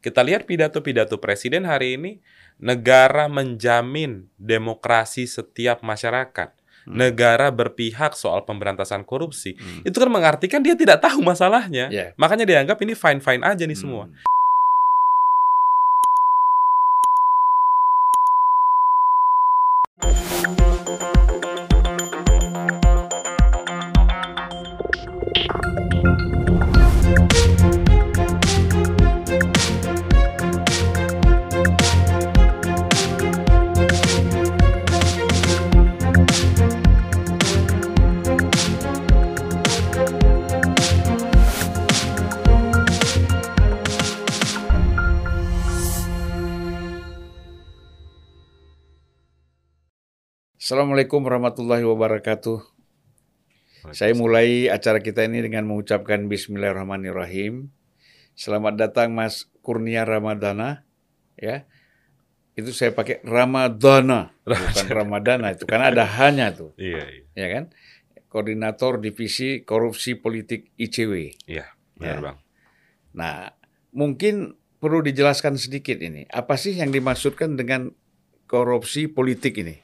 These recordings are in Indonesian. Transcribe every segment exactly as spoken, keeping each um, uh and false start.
Kita lihat pidato-pidato presiden hari ini, negara menjamin demokrasi setiap masyarakat. Hmm. Negara berpihak soal pemberantasan korupsi. Hmm. Itu kan mengartikan dia tidak tahu masalahnya. Yeah. Makanya dianggap ini fine-fine aja nih hmm. semua. Assalamualaikum warahmatullahi wabarakatuh. Saya mulai acara kita ini dengan mengucapkan Bismillahirrahmanirrahim. Selamat datang Mas Kurnia Ramadana. Ya, itu saya pakai Ramadana, bukan Ramadana itu, karena ada hanya tuh. Iya, iya. Ya kan? Koordinator Divisi Korupsi Politik I C W. Iya, benar ya. Bang. Nah, mungkin perlu dijelaskan sedikit ini. Apa sih yang dimaksudkan dengan korupsi politik ini?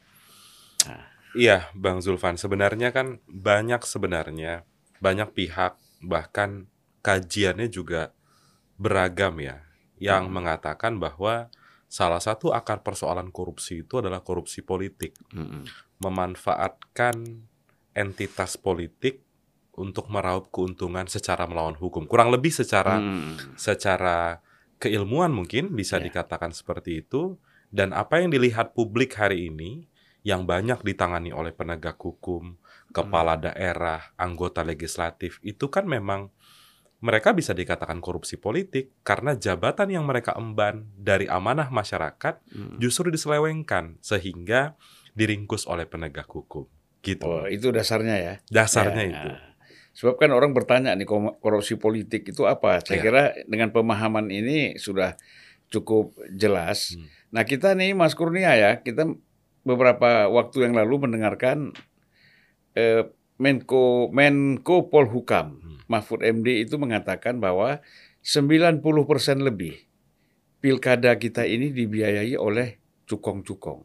Iya, Bang Zulfan. Sebenarnya kan banyak sebenarnya, banyak pihak, bahkan kajiannya juga beragam ya, yang hmm. mengatakan bahwa salah satu akar persoalan korupsi itu adalah korupsi politik. Hmm. Memanfaatkan entitas politik untuk meraup keuntungan secara melawan hukum. Kurang lebih secara hmm. secara keilmuan mungkin bisa yeah. dikatakan seperti itu. Dan apa yang dilihat publik hari ini, yang banyak ditangani oleh penegak hukum, kepala hmm. daerah, anggota legislatif, itu kan memang mereka bisa dikatakan korupsi politik karena jabatan yang mereka emban dari amanah masyarakat hmm. justru diselewengkan sehingga diringkus oleh penegak hukum. Gitu. Oh, itu dasarnya ya? Dasarnya ya, itu. Sebab kan orang bertanya nih, korupsi politik itu apa? Saya ya. kira dengan pemahaman ini sudah cukup jelas. Hmm. Nah kita nih Mas Kurnia ya, kita beberapa waktu yang lalu mendengarkan eh, Menko Menko Polhukam hmm. Mahfud M D itu mengatakan bahwa sembilan puluh persen lebih pilkada kita ini dibiayai oleh cukong-cukong.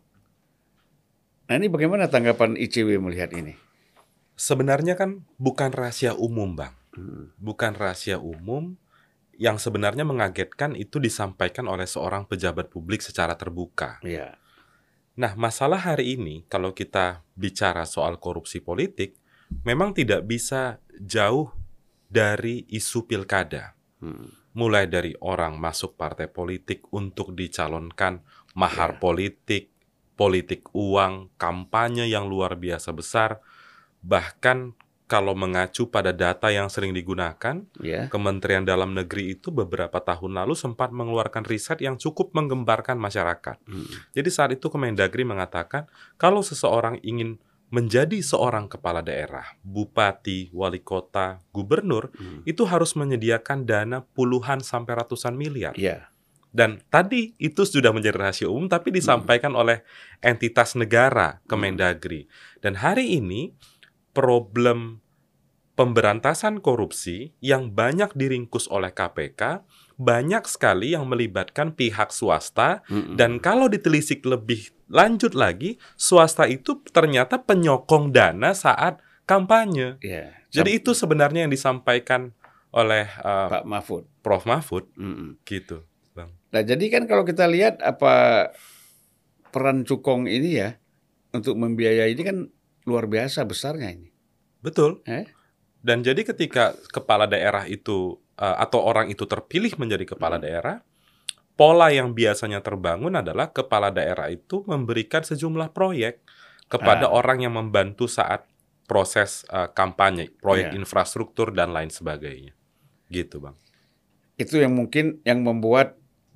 Nah ini bagaimana tanggapan I C W melihat ini? Sebenarnya kan bukan rahasia umum, Bang. Hmm. Bukan rahasia umum. Yang sebenarnya mengagetkan itu disampaikan oleh seorang pejabat publik secara terbuka. Yeah. Nah, masalah hari ini, kalau kita bicara soal korupsi politik, memang tidak bisa jauh dari isu pilkada. Hmm. Mulai dari orang masuk partai politik untuk dicalonkan, mahar yeah. politik, politik uang, kampanye yang luar biasa besar, bahkan kalau mengacu pada data yang sering digunakan, yeah. Kementerian Dalam Negeri itu beberapa tahun lalu sempat mengeluarkan riset yang cukup menggembarkan masyarakat. Hmm. Jadi saat itu Kemendagri mengatakan, kalau seseorang ingin menjadi seorang kepala daerah, bupati, wali kota, gubernur, hmm. itu harus menyediakan dana puluhan sampai ratusan miliar. Yeah. Dan tadi itu sudah menjadi rahasia umum, tapi disampaikan hmm. oleh entitas negara, Kemendagri. Hmm. Dan hari ini, problem pemberantasan korupsi yang banyak diringkus oleh K P K, banyak sekali yang melibatkan pihak swasta, mm-hmm. dan kalau ditelisik lebih lanjut lagi, swasta itu ternyata penyokong dana saat kampanye. Yeah. Jadi itu sebenarnya yang disampaikan oleh uh, Pak Mahfud, Prof Mahfud, mm-hmm. gitu, Bang. Nah jadi kan kalau kita lihat apa peran cukong ini ya untuk membiayai ini kan luar biasa besarnya ini. Betul. Eh? Dan jadi ketika kepala daerah itu uh, atau orang itu terpilih menjadi kepala hmm. daerah, pola yang biasanya terbangun adalah kepala daerah itu memberikan sejumlah proyek kepada ah. orang yang membantu saat proses uh, kampanye, proyek yeah. infrastruktur dan lain sebagainya. Gitu, Bang. Itu yang mungkin yang membuat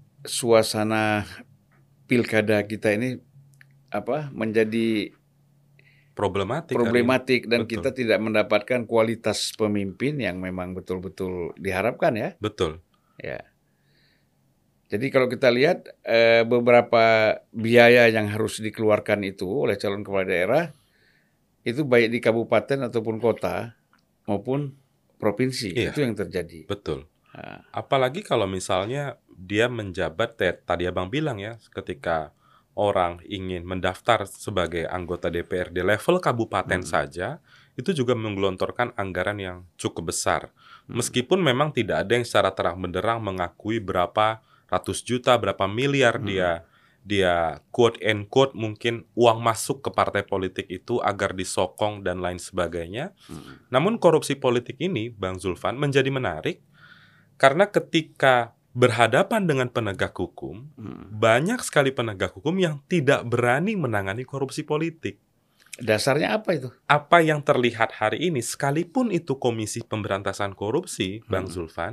suasana pilkada kita ini apa menjadi problematik, problematik dan betul. Kita tidak mendapatkan kualitas pemimpin yang memang betul-betul diharapkan ya. Betul. Ya. Jadi kalau kita lihat eh, beberapa biaya yang harus dikeluarkan itu oleh calon kepala daerah itu baik di kabupaten ataupun kota maupun provinsi, iya, itu yang terjadi. Betul. Nah. Apalagi kalau misalnya dia menjabat, tadi Abang bilang ya, ketika orang ingin mendaftar sebagai anggota D P R D level kabupaten Hmm. saja, itu juga menggelontorkan anggaran yang cukup besar. Hmm. Meskipun memang tidak ada yang secara terang benderang mengakui berapa ratus juta, berapa miliar Hmm. dia dia quote and quote mungkin uang masuk ke partai politik itu agar disokong dan lain sebagainya. Hmm. Namun korupsi politik ini, Bang Zulfan, menjadi menarik karena ketika berhadapan dengan penegak hukum, Hmm. banyak sekali penegak hukum yang tidak berani menangani korupsi politik. Dasarnya apa itu? Apa yang terlihat hari ini, sekalipun itu Komisi Pemberantasan Korupsi, Bang Hmm. Zulfan,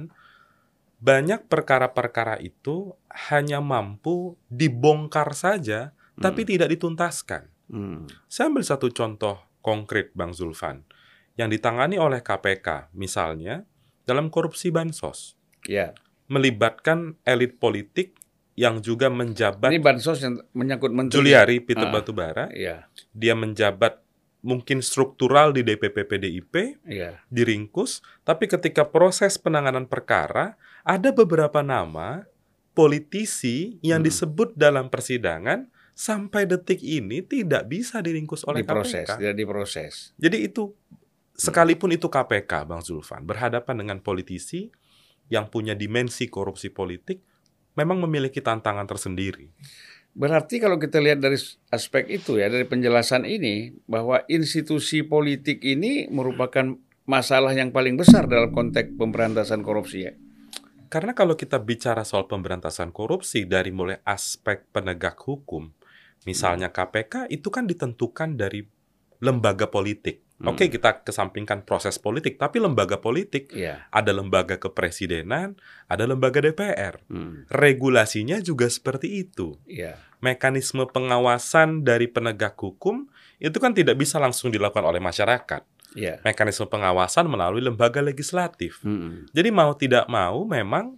banyak perkara-perkara itu hanya mampu dibongkar saja, tapi Hmm. tidak dituntaskan. Hmm. Saya ambil satu contoh konkret, Bang Zulfan, yang ditangani oleh K P K, misalnya dalam korupsi bansos, Ya. melibatkan elit politik yang juga menjabat. Ini bansos yang menyangkut menteri. Juliari Peter Ah. Batubara, Iya. dia menjabat mungkin struktural di D P P P D I P, Iya. diringkus, tapi ketika proses penanganan perkara, ada beberapa nama politisi yang Hmm. disebut dalam persidangan sampai detik ini tidak bisa diringkus oleh Diproses, K P K. tidak diproses. Jadi itu, sekalipun itu K P K, Bang Zulfan, berhadapan dengan politisi yang punya dimensi korupsi politik, memang memiliki tantangan tersendiri. Berarti kalau kita lihat dari aspek itu ya, dari penjelasan ini, bahwa institusi politik ini merupakan masalah yang paling besar dalam konteks pemberantasan korupsi ya. Karena kalau kita bicara soal pemberantasan korupsi dari mulai aspek penegak hukum, misalnya K P K itu kan ditentukan dari lembaga politik. Hmm. Oke, kita kesampingkan proses politik, tapi lembaga politik, Iya. ada lembaga kepresidenan, ada lembaga D P R. Hmm. Regulasinya juga seperti itu. Iya. Mekanisme pengawasan dari penegak hukum itu kan tidak bisa langsung dilakukan oleh masyarakat. Iya. Mekanisme pengawasan melalui lembaga legislatif. Hmm. Jadi mau tidak mau memang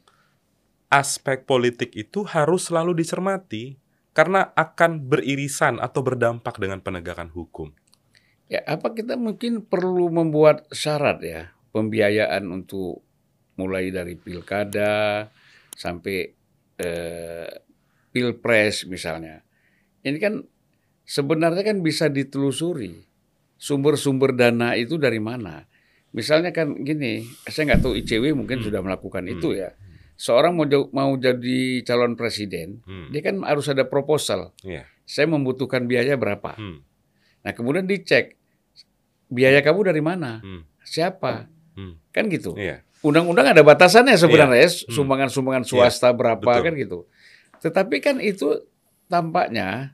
aspek politik itu harus selalu dicermati karena akan beririsan atau berdampak dengan penegakan hukum. Ya, apa kita mungkin perlu membuat syarat ya, pembiayaan untuk mulai dari pilkada sampai eh, pilpres misalnya. Ini kan sebenarnya kan bisa ditelusuri sumber-sumber dana itu dari mana. Misalnya kan gini, saya nggak tahu I C W mungkin Hmm. sudah melakukan Hmm. itu ya. Seorang mau jau- mau jadi calon presiden, Hmm. dia kan harus ada proposal. Iya. Saya membutuhkan biaya berapa. Hmm. Nah kemudian dicek, biaya kamu dari mana, Hmm. siapa, Hmm. kan gitu. Iya. Undang-undang ada batasannya sebenarnya, ya, Hmm. sumbangan-sumbangan swasta berapa betul. kan gitu. Tetapi kan itu tampaknya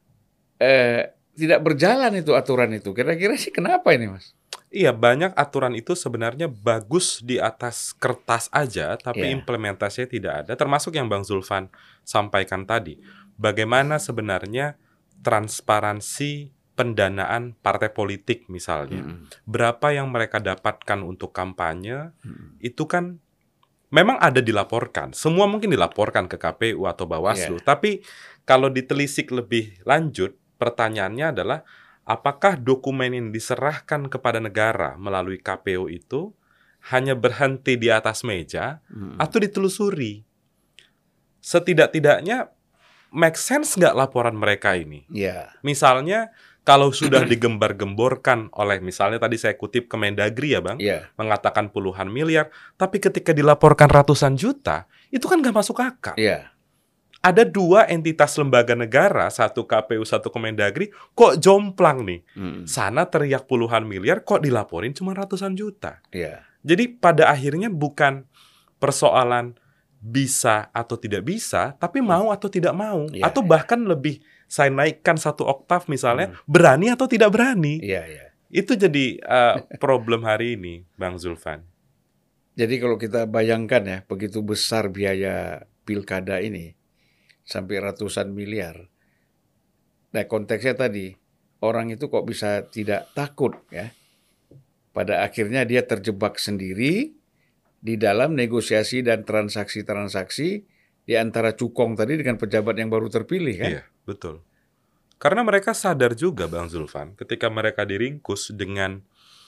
eh, tidak berjalan itu aturan itu. Kira-kira sih kenapa ini, Mas? Iya, banyak aturan itu sebenarnya bagus di atas kertas aja, tapi Iya. implementasinya tidak ada. Termasuk yang Bang Zulfan sampaikan tadi. Bagaimana sebenarnya transparansi pendanaan partai politik misalnya. Mm-mm. Berapa yang mereka dapatkan untuk kampanye, Mm-mm. itu kan memang ada dilaporkan. Semua mungkin dilaporkan ke K P U atau Bawaslu. Iya. Tapi kalau ditelisik lebih lanjut, pertanyaannya adalah apakah dokumen yang diserahkan kepada negara melalui K P U itu hanya berhenti di atas meja Mm-mm. atau ditelusuri? Setidak-tidaknya make sense nggak laporan mereka ini? Iya. Misalnya kalau sudah digembar-gemborkan oleh, misalnya tadi saya kutip Kemendagri ya Bang, Iya. mengatakan puluhan miliar, tapi ketika dilaporkan ratusan juta, itu kan nggak masuk akal. Iya. Ada dua entitas lembaga negara, satu K P U, satu Kemendagri, kok jomplang nih. Mm. Sana teriak puluhan miliar, kok dilaporin cuma ratusan juta. Iya. Jadi pada akhirnya bukan persoalan bisa atau tidak bisa, tapi mau atau tidak mau. Iya, Atau iya. bahkan lebih, saya naikkan satu oktav misalnya, Hmm. berani atau tidak berani. Iya, iya. Itu jadi uh, problem hari ini, Bang Zulfan. Jadi kalau kita bayangkan ya, begitu besar biaya pilkada ini, sampai ratusan miliar. Nah konteksnya tadi, orang itu kok bisa tidak takut ya. Pada akhirnya dia terjebak sendiri di dalam negosiasi dan transaksi-transaksi di antara cukong tadi dengan pejabat yang baru terpilih kan. Iya, betul. Karena mereka sadar juga, Bang Zulfan, ketika mereka diringkus dengan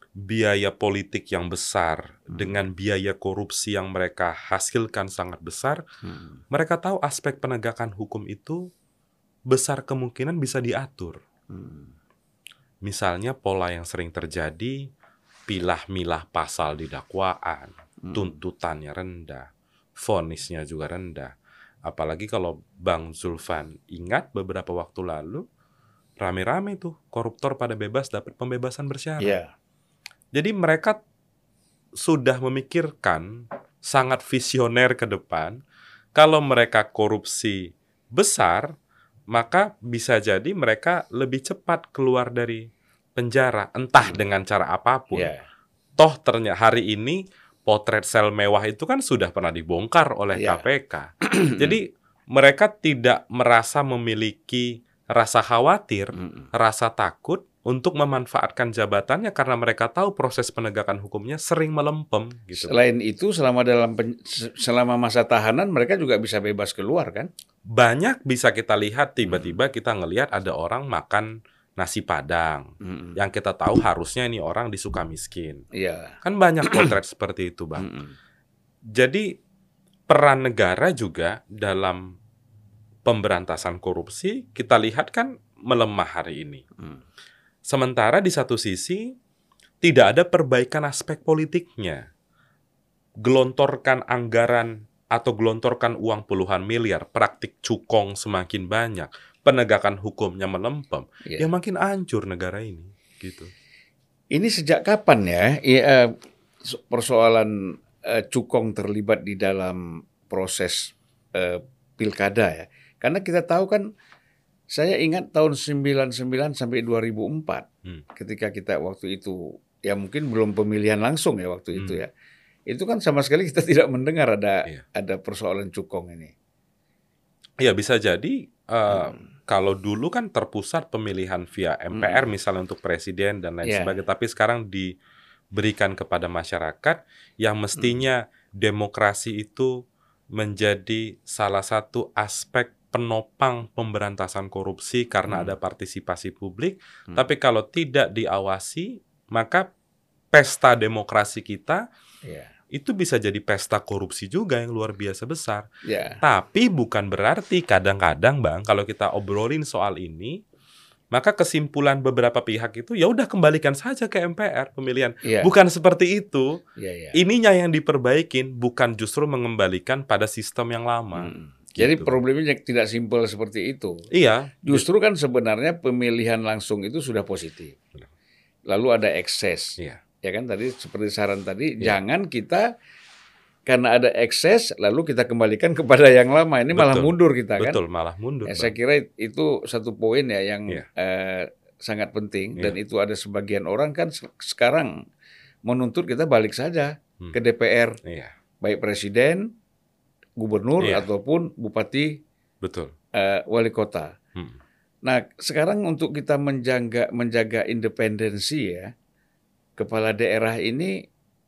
biaya politik yang besar, Hmm. dengan biaya korupsi yang mereka hasilkan sangat besar, Hmm. mereka tahu aspek penegakan hukum itu besar kemungkinan bisa diatur. Hmm. Misalnya pola yang sering terjadi, pilah-milah pasal di dakwaan, Hmm. tuntutannya rendah, vonisnya juga rendah. Apalagi kalau Bang Zulfan ingat beberapa waktu lalu, rame-rame tuh koruptor pada bebas dapat pembebasan bersyarat. Ya. Jadi mereka sudah memikirkan sangat visioner ke depan. Kalau mereka korupsi besar, maka bisa jadi mereka lebih cepat keluar dari penjara, entah dengan cara apapun. Ya. Toh ternyata hari ini potret sel mewah itu kan sudah pernah dibongkar oleh Ya. K P K. Jadi mereka tidak merasa memiliki rasa khawatir, Hmm. rasa takut untuk memanfaatkan jabatannya karena mereka tahu proses penegakan hukumnya sering melempem gitu. Selain itu, selama dalam pen- se- selama masa tahanan mereka juga bisa bebas keluar kan? Banyak bisa kita lihat tiba-tiba kita ngelihat ada orang makan nasi Padang. Hmm. Yang kita tahu harusnya ini orang di Sukamiskin. Iya. Kan banyak potret seperti itu, Bang. Hmm. Jadi peran negara juga dalam pemberantasan korupsi kita lihat kan melemah hari ini. Hmm. Sementara di satu sisi tidak ada perbaikan aspek politiknya. Gelontorkan anggaran atau gelontorkan uang puluhan miliar, praktik cukong semakin banyak, penegakan hukumnya melempem, Iya. ya makin hancur negara ini, gitu. Ini sejak kapan ya, ya eh, so- persoalan eh, cukong terlibat di dalam proses eh, pilkada ya? Karena kita tahu kan, saya ingat tahun sembilan puluh sembilan sampai dua ribu empat, Hmm. ketika kita waktu itu, ya mungkin belum pemilihan langsung ya waktu itu Hmm. ya. Itu kan sama sekali kita tidak mendengar ada Iya. ada persoalan cukong ini. Ya bisa jadi uh, Hmm. kalau dulu kan terpusat pemilihan via M P R Hmm. misalnya untuk presiden dan lain Iya. sebagainya, tapi sekarang diberikan kepada masyarakat yang mestinya demokrasi itu menjadi salah satu aspek penopang pemberantasan korupsi karena Hmm. ada partisipasi publik, Hmm. tapi kalau tidak diawasi maka pesta demokrasi kita Ya, itu bisa jadi pesta korupsi juga yang luar biasa besar. ya, Tapi bukan berarti kadang-kadang Bang, kalau kita obrolin soal ini, maka kesimpulan beberapa pihak itu ya udah kembalikan saja ke M P R pemilihan. ya, Bukan seperti itu. ya, ya. Ininya yang diperbaikin, bukan justru mengembalikan pada sistem yang lama. Hmm. Jadi Gitu. problemnya tidak simpel seperti itu. Iya, Justru kan sebenarnya pemilihan langsung itu sudah positif. Benar. Lalu ada ekses. iya, Ya kan tadi seperti saran tadi, Iya. jangan kita karena ada ekses lalu kita kembalikan kepada yang lama. Ini malah Betul. mundur kita kan. betul malah mundur. Ya, Bang. saya kira itu satu poin ya yang Iya. eh, sangat penting, dan Iya. itu ada sebagian orang kan se- sekarang menuntut kita balik saja Hmm. ke D P R, Iya, baik presiden, gubernur Iya. ataupun bupati, betul. eh, wali kota. Hmm. Nah, sekarang untuk kita menjaga menjaga independensi ya, kepala daerah ini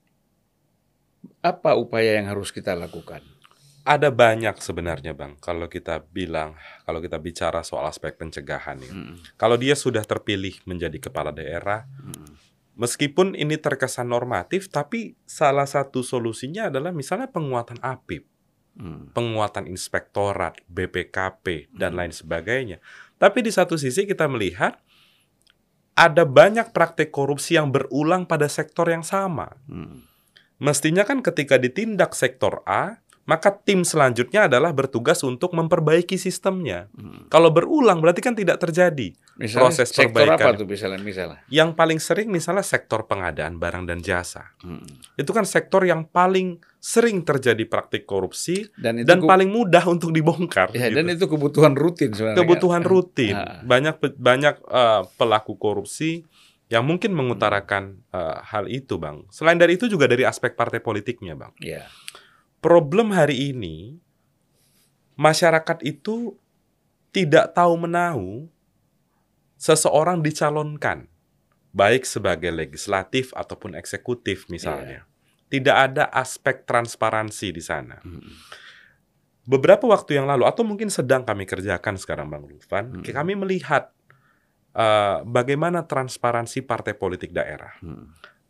apa upaya yang harus kita lakukan? Ada banyak sebenarnya Bang, kalau kita bilang, kalau kita bicara soal aspek pencegahan ya. Hmm. Kalau dia sudah terpilih menjadi kepala daerah, Hmm. meskipun ini terkesan normatif, tapi salah satu solusinya adalah misalnya penguatan A P I P, Hmm. penguatan inspektorat, B P K P, dan Hmm. lain sebagainya. Tapi di satu sisi kita melihat ada banyak praktik korupsi yang berulang pada sektor yang sama. Hmm. Mestinya kan ketika ditindak sektor A, maka tim selanjutnya adalah bertugas untuk memperbaiki sistemnya. Hmm. Kalau berulang berarti kan tidak terjadi Misalnya proses sektor apa perbaikan. tuh misalnya misalnya? Yang paling sering misalnya sektor pengadaan barang dan jasa. Hmm. Itu kan sektor yang paling sering terjadi praktik korupsi Dan itu dan ke- paling mudah untuk dibongkar. ya, gitu. dan itu kebutuhan rutin sebenarnya. Kebutuhan kan? rutin. Ah. Banyak pe- banyak eh, pelaku korupsi yang mungkin mengutarakan eh, hal itu, Bang. Selain dari itu juga dari aspek partai politiknya, Bang. Ya. Problem hari ini, masyarakat itu tidak tahu menahu seseorang dicalonkan, baik sebagai legislatif ataupun eksekutif misalnya. Tidak ada aspek transparansi di sana. Hmm. Beberapa waktu yang lalu, atau mungkin sedang kami kerjakan sekarang Bang Zulfan, Hmm. kami melihat uh, bagaimana transparansi partai politik daerah. Hmm.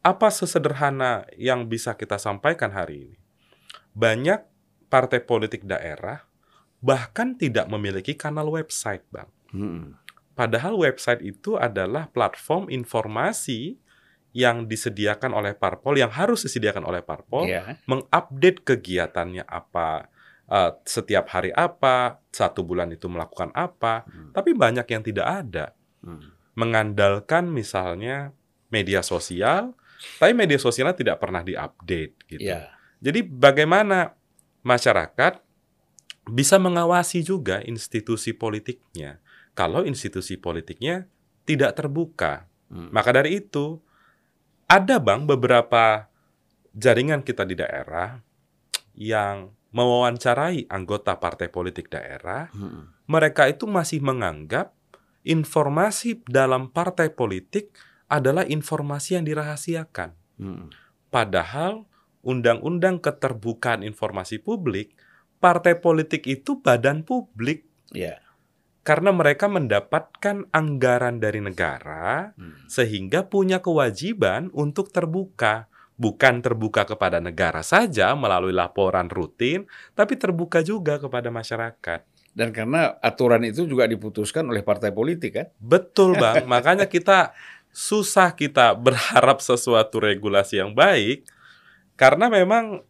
apa sesederhana yang bisa kita sampaikan hari ini? Banyak partai politik daerah bahkan tidak memiliki kanal website, Bang. Hmm. Padahal website itu adalah platform informasi yang disediakan oleh parpol, yang harus disediakan oleh parpol, Yeah. mengupdate kegiatannya apa, uh, setiap hari apa, satu bulan itu melakukan apa, Hmm. tapi banyak yang tidak ada. Hmm. Mengandalkan misalnya media sosial, tapi media sosialnya tidak pernah diupdate gitu. Yeah. Jadi bagaimana masyarakat bisa mengawasi juga institusi politiknya kalau institusi politiknya tidak terbuka? Hmm. Maka dari itu, ada Bang beberapa jaringan kita di daerah yang mewawancarai anggota partai politik daerah. Hmm. Mereka itu masih menganggap informasi dalam partai politik adalah informasi yang dirahasiakan. Hmm. Padahal Undang-Undang Keterbukaan Informasi Publik, partai politik itu badan publik. Yeah. Karena mereka mendapatkan anggaran dari negara, Hmm. sehingga punya kewajiban untuk terbuka. Bukan terbuka kepada negara saja melalui laporan rutin, tapi terbuka juga kepada masyarakat. Dan karena aturan itu juga diputuskan oleh partai politik kan? Betul Bang, makanya kita susah kita berharap sesuatu regulasi yang baik, karena memang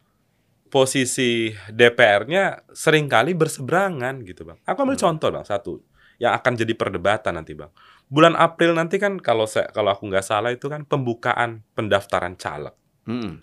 posisi D P R-nya seringkali berseberangan gitu Bang. Aku ambil Hmm. contoh Bang, satu yang akan jadi perdebatan nanti Bang. Bulan April nanti kan kalau saya, kalau aku nggak salah itu kan pembukaan pendaftaran caleg. Hmm.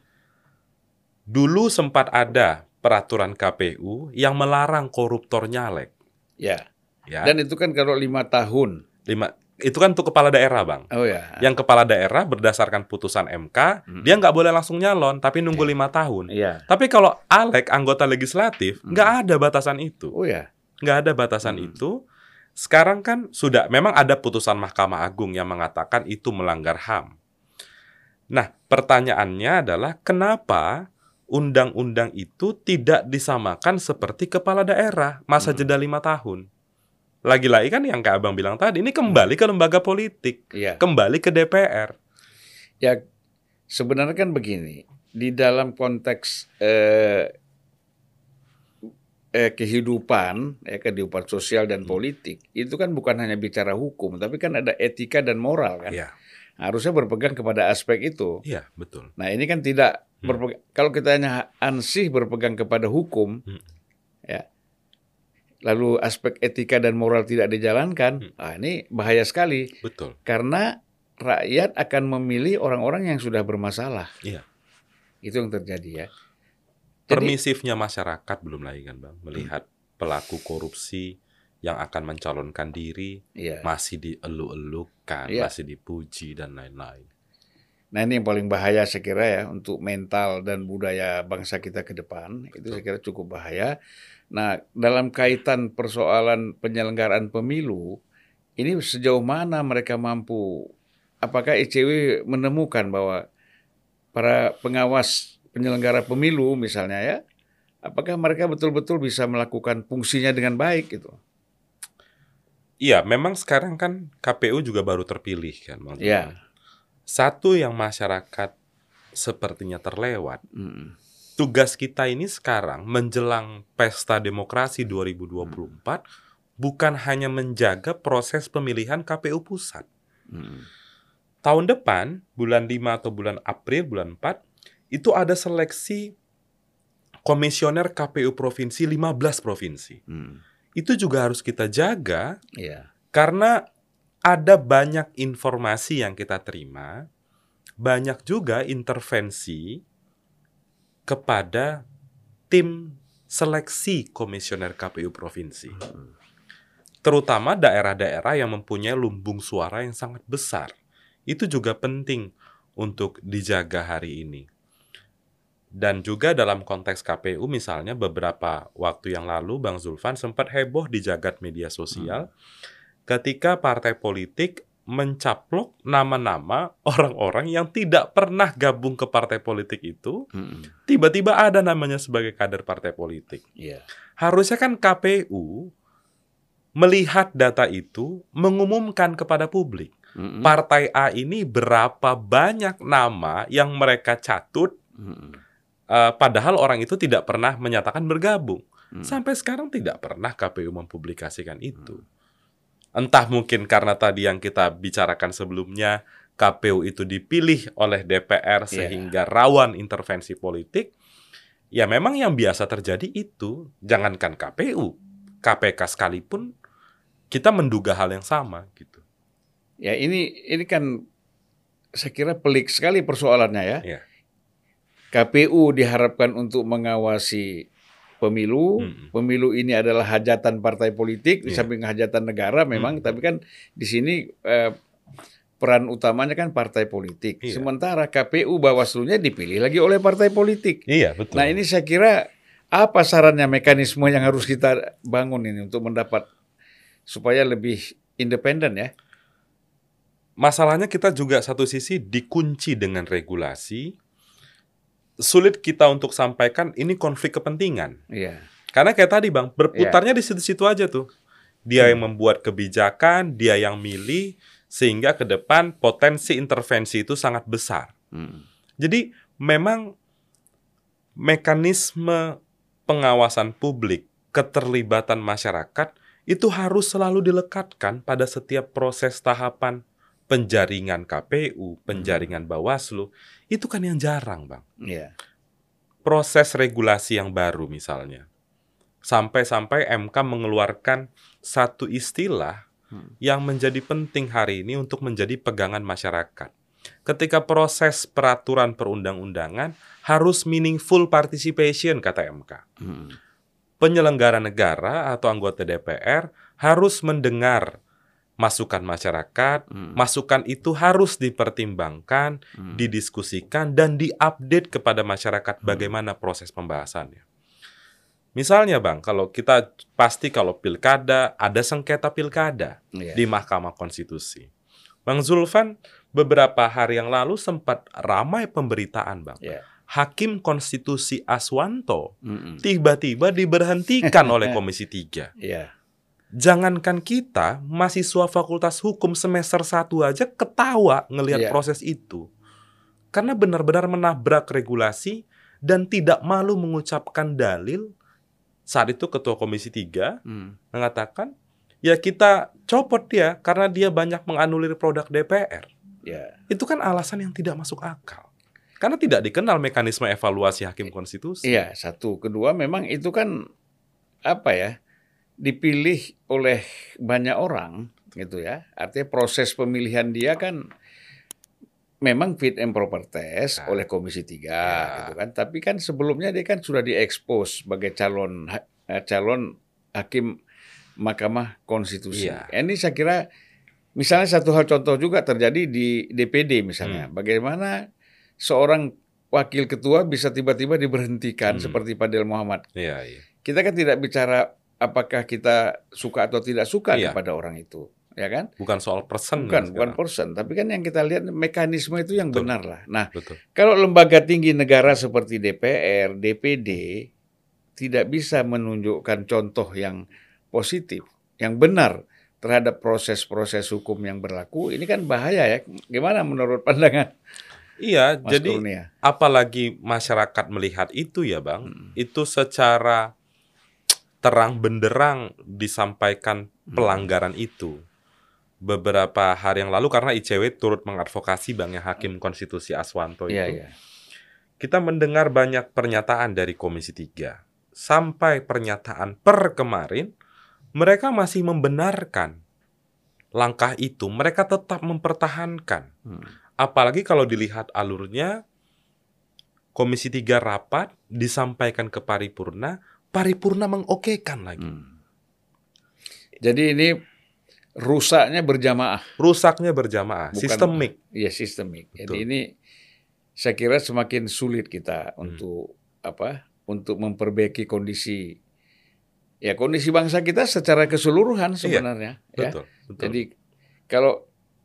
Dulu sempat ada peraturan K P U yang melarang koruptor nyalek. Ya. Ya. Dan itu kan kalau lima tahun. Lima, itu kan untuk kepala daerah Bang. Oh ya. Yang kepala daerah berdasarkan putusan M K, Hmm. dia nggak boleh langsung nyalon, tapi nunggu lima tahun. Iya. Tapi kalau Alek, anggota legislatif, Hmm. nggak ada batasan itu. Oh ya. Nggak ada batasan Hmm. itu. Sekarang kan sudah, memang ada putusan Mahkamah Agung yang mengatakan itu melanggar H A M. Nah, pertanyaannya adalah kenapa undang-undang itu tidak disamakan seperti kepala daerah, masa Hmm. jeda lima tahun. Lagi-lagi kan yang Kak Abang bilang tadi, ini kembali ke lembaga politik, Iya. kembali ke D P R. Ya, sebenarnya kan begini, di dalam konteks eh, eh, kehidupan, ya, kehidupan sosial dan Hmm. politik, itu kan bukan hanya bicara hukum, tapi kan ada etika dan moral kan. Iya, Harusnya berpegang kepada aspek itu. iya betul. Nah ini kan tidak Hmm. berpegang, kalau kita hanya ansih berpegang kepada hukum, Hmm. ya, lalu aspek etika dan moral tidak dijalankan, Hmm. ah ini bahaya sekali. Betul. Karena rakyat akan memilih orang-orang yang sudah bermasalah. Iya. Itu yang terjadi ya. Jadi, Permisifnya masyarakat belum lagi kan Bang, melihat pelaku korupsi yang akan mencalonkan diri ya. masih dieluk-elukan, Iya. masih dipuji dan lain-lain. Nah ini yang paling bahaya saya kira ya untuk mental dan budaya bangsa kita ke depan. Itu Betul. saya kira cukup bahaya. Nah dalam kaitan persoalan penyelenggaraan pemilu, ini sejauh mana mereka mampu, apakah I C W menemukan bahwa para pengawas penyelenggara pemilu misalnya ya, apakah mereka betul-betul bisa melakukan fungsinya dengan baik gitu? Iya, memang sekarang kan K P U juga baru terpilih kan Bang. Ya. Satu yang masyarakat sepertinya terlewat. Hmm. Tugas kita ini sekarang menjelang pesta demokrasi dua ribu dua puluh empat bukan hanya menjaga proses pemilihan K P U pusat. Hmm. Tahun depan, bulan lima atau bulan April, bulan empat, itu ada seleksi komisioner K P U provinsi, lima belas provinsi. Hmm. Itu juga harus kita jaga Ya. karena ada banyak informasi yang kita terima, banyak juga intervensi kepada tim seleksi komisioner K P U provinsi. Terutama daerah-daerah yang mempunyai lumbung suara yang sangat besar. Itu juga penting untuk dijaga hari ini. Dan juga dalam konteks K P U misalnya beberapa waktu yang lalu Bang Zulfan sempat heboh di jagat media sosial ketika partai politik mencaplok nama-nama orang-orang yang tidak pernah gabung ke partai politik itu, Hmm. tiba-tiba ada namanya sebagai kader partai politik. Ya. Harusnya kan K P U melihat data itu, mengumumkan kepada publik. Mm-mm. Partai A ini berapa banyak nama yang mereka catut, Mm-mm. uh, padahal orang itu tidak pernah menyatakan bergabung. Mm. Sampai sekarang tidak pernah K P U mempublikasikan itu. Entah mungkin karena tadi yang kita bicarakan sebelumnya, K P U itu dipilih oleh D P R sehingga rawan intervensi politik. Ya memang yang biasa terjadi itu, jangankan K P U, K P K sekalipun kita menduga hal yang sama gitu. Ya ini ini kan saya kira pelik sekali persoalannya ya. Ya. K P U diharapkan untuk mengawasi pemilu. Hmm. Pemilu ini adalah hajatan partai politik di Iya. samping hajatan negara memang, Hmm. tapi kan di sini eh, peran utamanya kan partai politik. Iya. Sementara K P U Bawaslu-nya dipilih lagi oleh partai politik. Iya, betul. Nah, ini saya kira apa sarannya, mekanisme yang harus kita bangun ini untuk mendapat supaya lebih independen ya. Masalahnya kita juga satu sisi dikunci dengan regulasi, sulit kita untuk sampaikan ini konflik kepentingan. Iya. Karena kayak tadi Bang, berputarnya di situ-situ aja tuh. Dia yang membuat kebijakan, dia yang milih, sehingga ke depan potensi intervensi itu sangat besar. Hmm. Jadi memang mekanisme pengawasan publik, keterlibatan masyarakat, itu harus selalu dilekatkan pada setiap proses tahapan penjaringan K P U, penjaringan Bawaslu. Itu kan yang jarang, Bang. Iya. Proses regulasi yang baru misalnya. Sampai-sampai M K mengeluarkan satu istilah Hmm. yang menjadi penting hari ini untuk menjadi pegangan masyarakat. Ketika proses peraturan perundang-undangan harus meaningful participation, kata M K. Hmm. Penyelenggara negara atau anggota D P R harus mendengar masukan masyarakat, Hmm. masukan itu harus dipertimbangkan, Hmm. didiskusikan, dan diupdate kepada masyarakat bagaimana proses pembahasannya. Misalnya Bang, kalau kita pasti kalau pilkada, ada sengketa pilkada Iya. di Mahkamah Konstitusi. Bang Zulfan, beberapa hari yang lalu sempat ramai pemberitaan Bang. Iya. Hakim Konstitusi Aswanto Mm-mm. tiba-tiba diberhentikan oleh Komisi tiga. Iya. Jangankan kita, mahasiswa Fakultas Hukum semester satu aja ketawa ngelihat Iya. proses itu. Karena benar-benar menabrak regulasi dan tidak malu mengucapkan dalil. Saat itu Ketua Komisi tiga Hmm. mengatakan, ya kita copot dia karena dia banyak menganulir produk D P R. Iya. Itu kan alasan yang tidak masuk akal. Karena tidak dikenal mekanisme evaluasi Hakim Konstitusi. Iya, satu. Kedua, memang itu kan apa ya, dipilih oleh banyak orang gitu ya. Artinya proses pemilihan dia kan memang fit and proper test Nah. oleh Komisi tiga Ya. gitu kan. Tapi kan sebelumnya dia kan sudah diekspos sebagai calon ha- eh, calon hakim Mahkamah Konstitusi. Iya. Ini saya kira misalnya satu hal contoh juga terjadi di D P D misalnya. Hmm. Bagaimana seorang wakil ketua bisa tiba-tiba diberhentikan Hmm. seperti Fadil Muhammad. Iya, iya. Kita kan tidak bicara apakah kita suka atau tidak suka Iya. kepada orang itu, ya kan? Bukan soal persen. Bukan, nih bukan sekarang. person, tapi kan yang kita lihat mekanisme itu yang Betul. benar lah. Nah, Betul. kalau lembaga tinggi negara seperti D P R, D P D tidak bisa menunjukkan contoh yang positif, yang benar terhadap proses-proses hukum yang berlaku, ini kan bahaya ya. Gimana menurut pandangan Iya, Mas jadi Kurnia? apalagi masyarakat melihat itu ya Bang, Hmm. itu secara terang benderang disampaikan Hmm. pelanggaran itu. Beberapa hari yang lalu karena I C W turut mengadvokasi Bang ya Hakim Konstitusi Aswanto itu. Iya, iya. Kita mendengar banyak pernyataan dari Komisi tiga. Sampai pernyataan per kemarin, mereka masih membenarkan langkah itu. Mereka tetap mempertahankan. Hmm. Apalagi kalau dilihat alurnya, Komisi tiga rapat, disampaikan ke paripurna, paripurna mengokekan lagi. Hmm. Jadi ini rusaknya berjamaah. Rusaknya berjamaah, Bukan- sistemik. Iya, sistemik. Jadi Betul. ini saya kira semakin sulit kita Hmm. untuk apa? Untuk memperbaiki kondisi ya kondisi bangsa kita secara keseluruhan sebenarnya. Ya. Betul, betul. Jadi kalau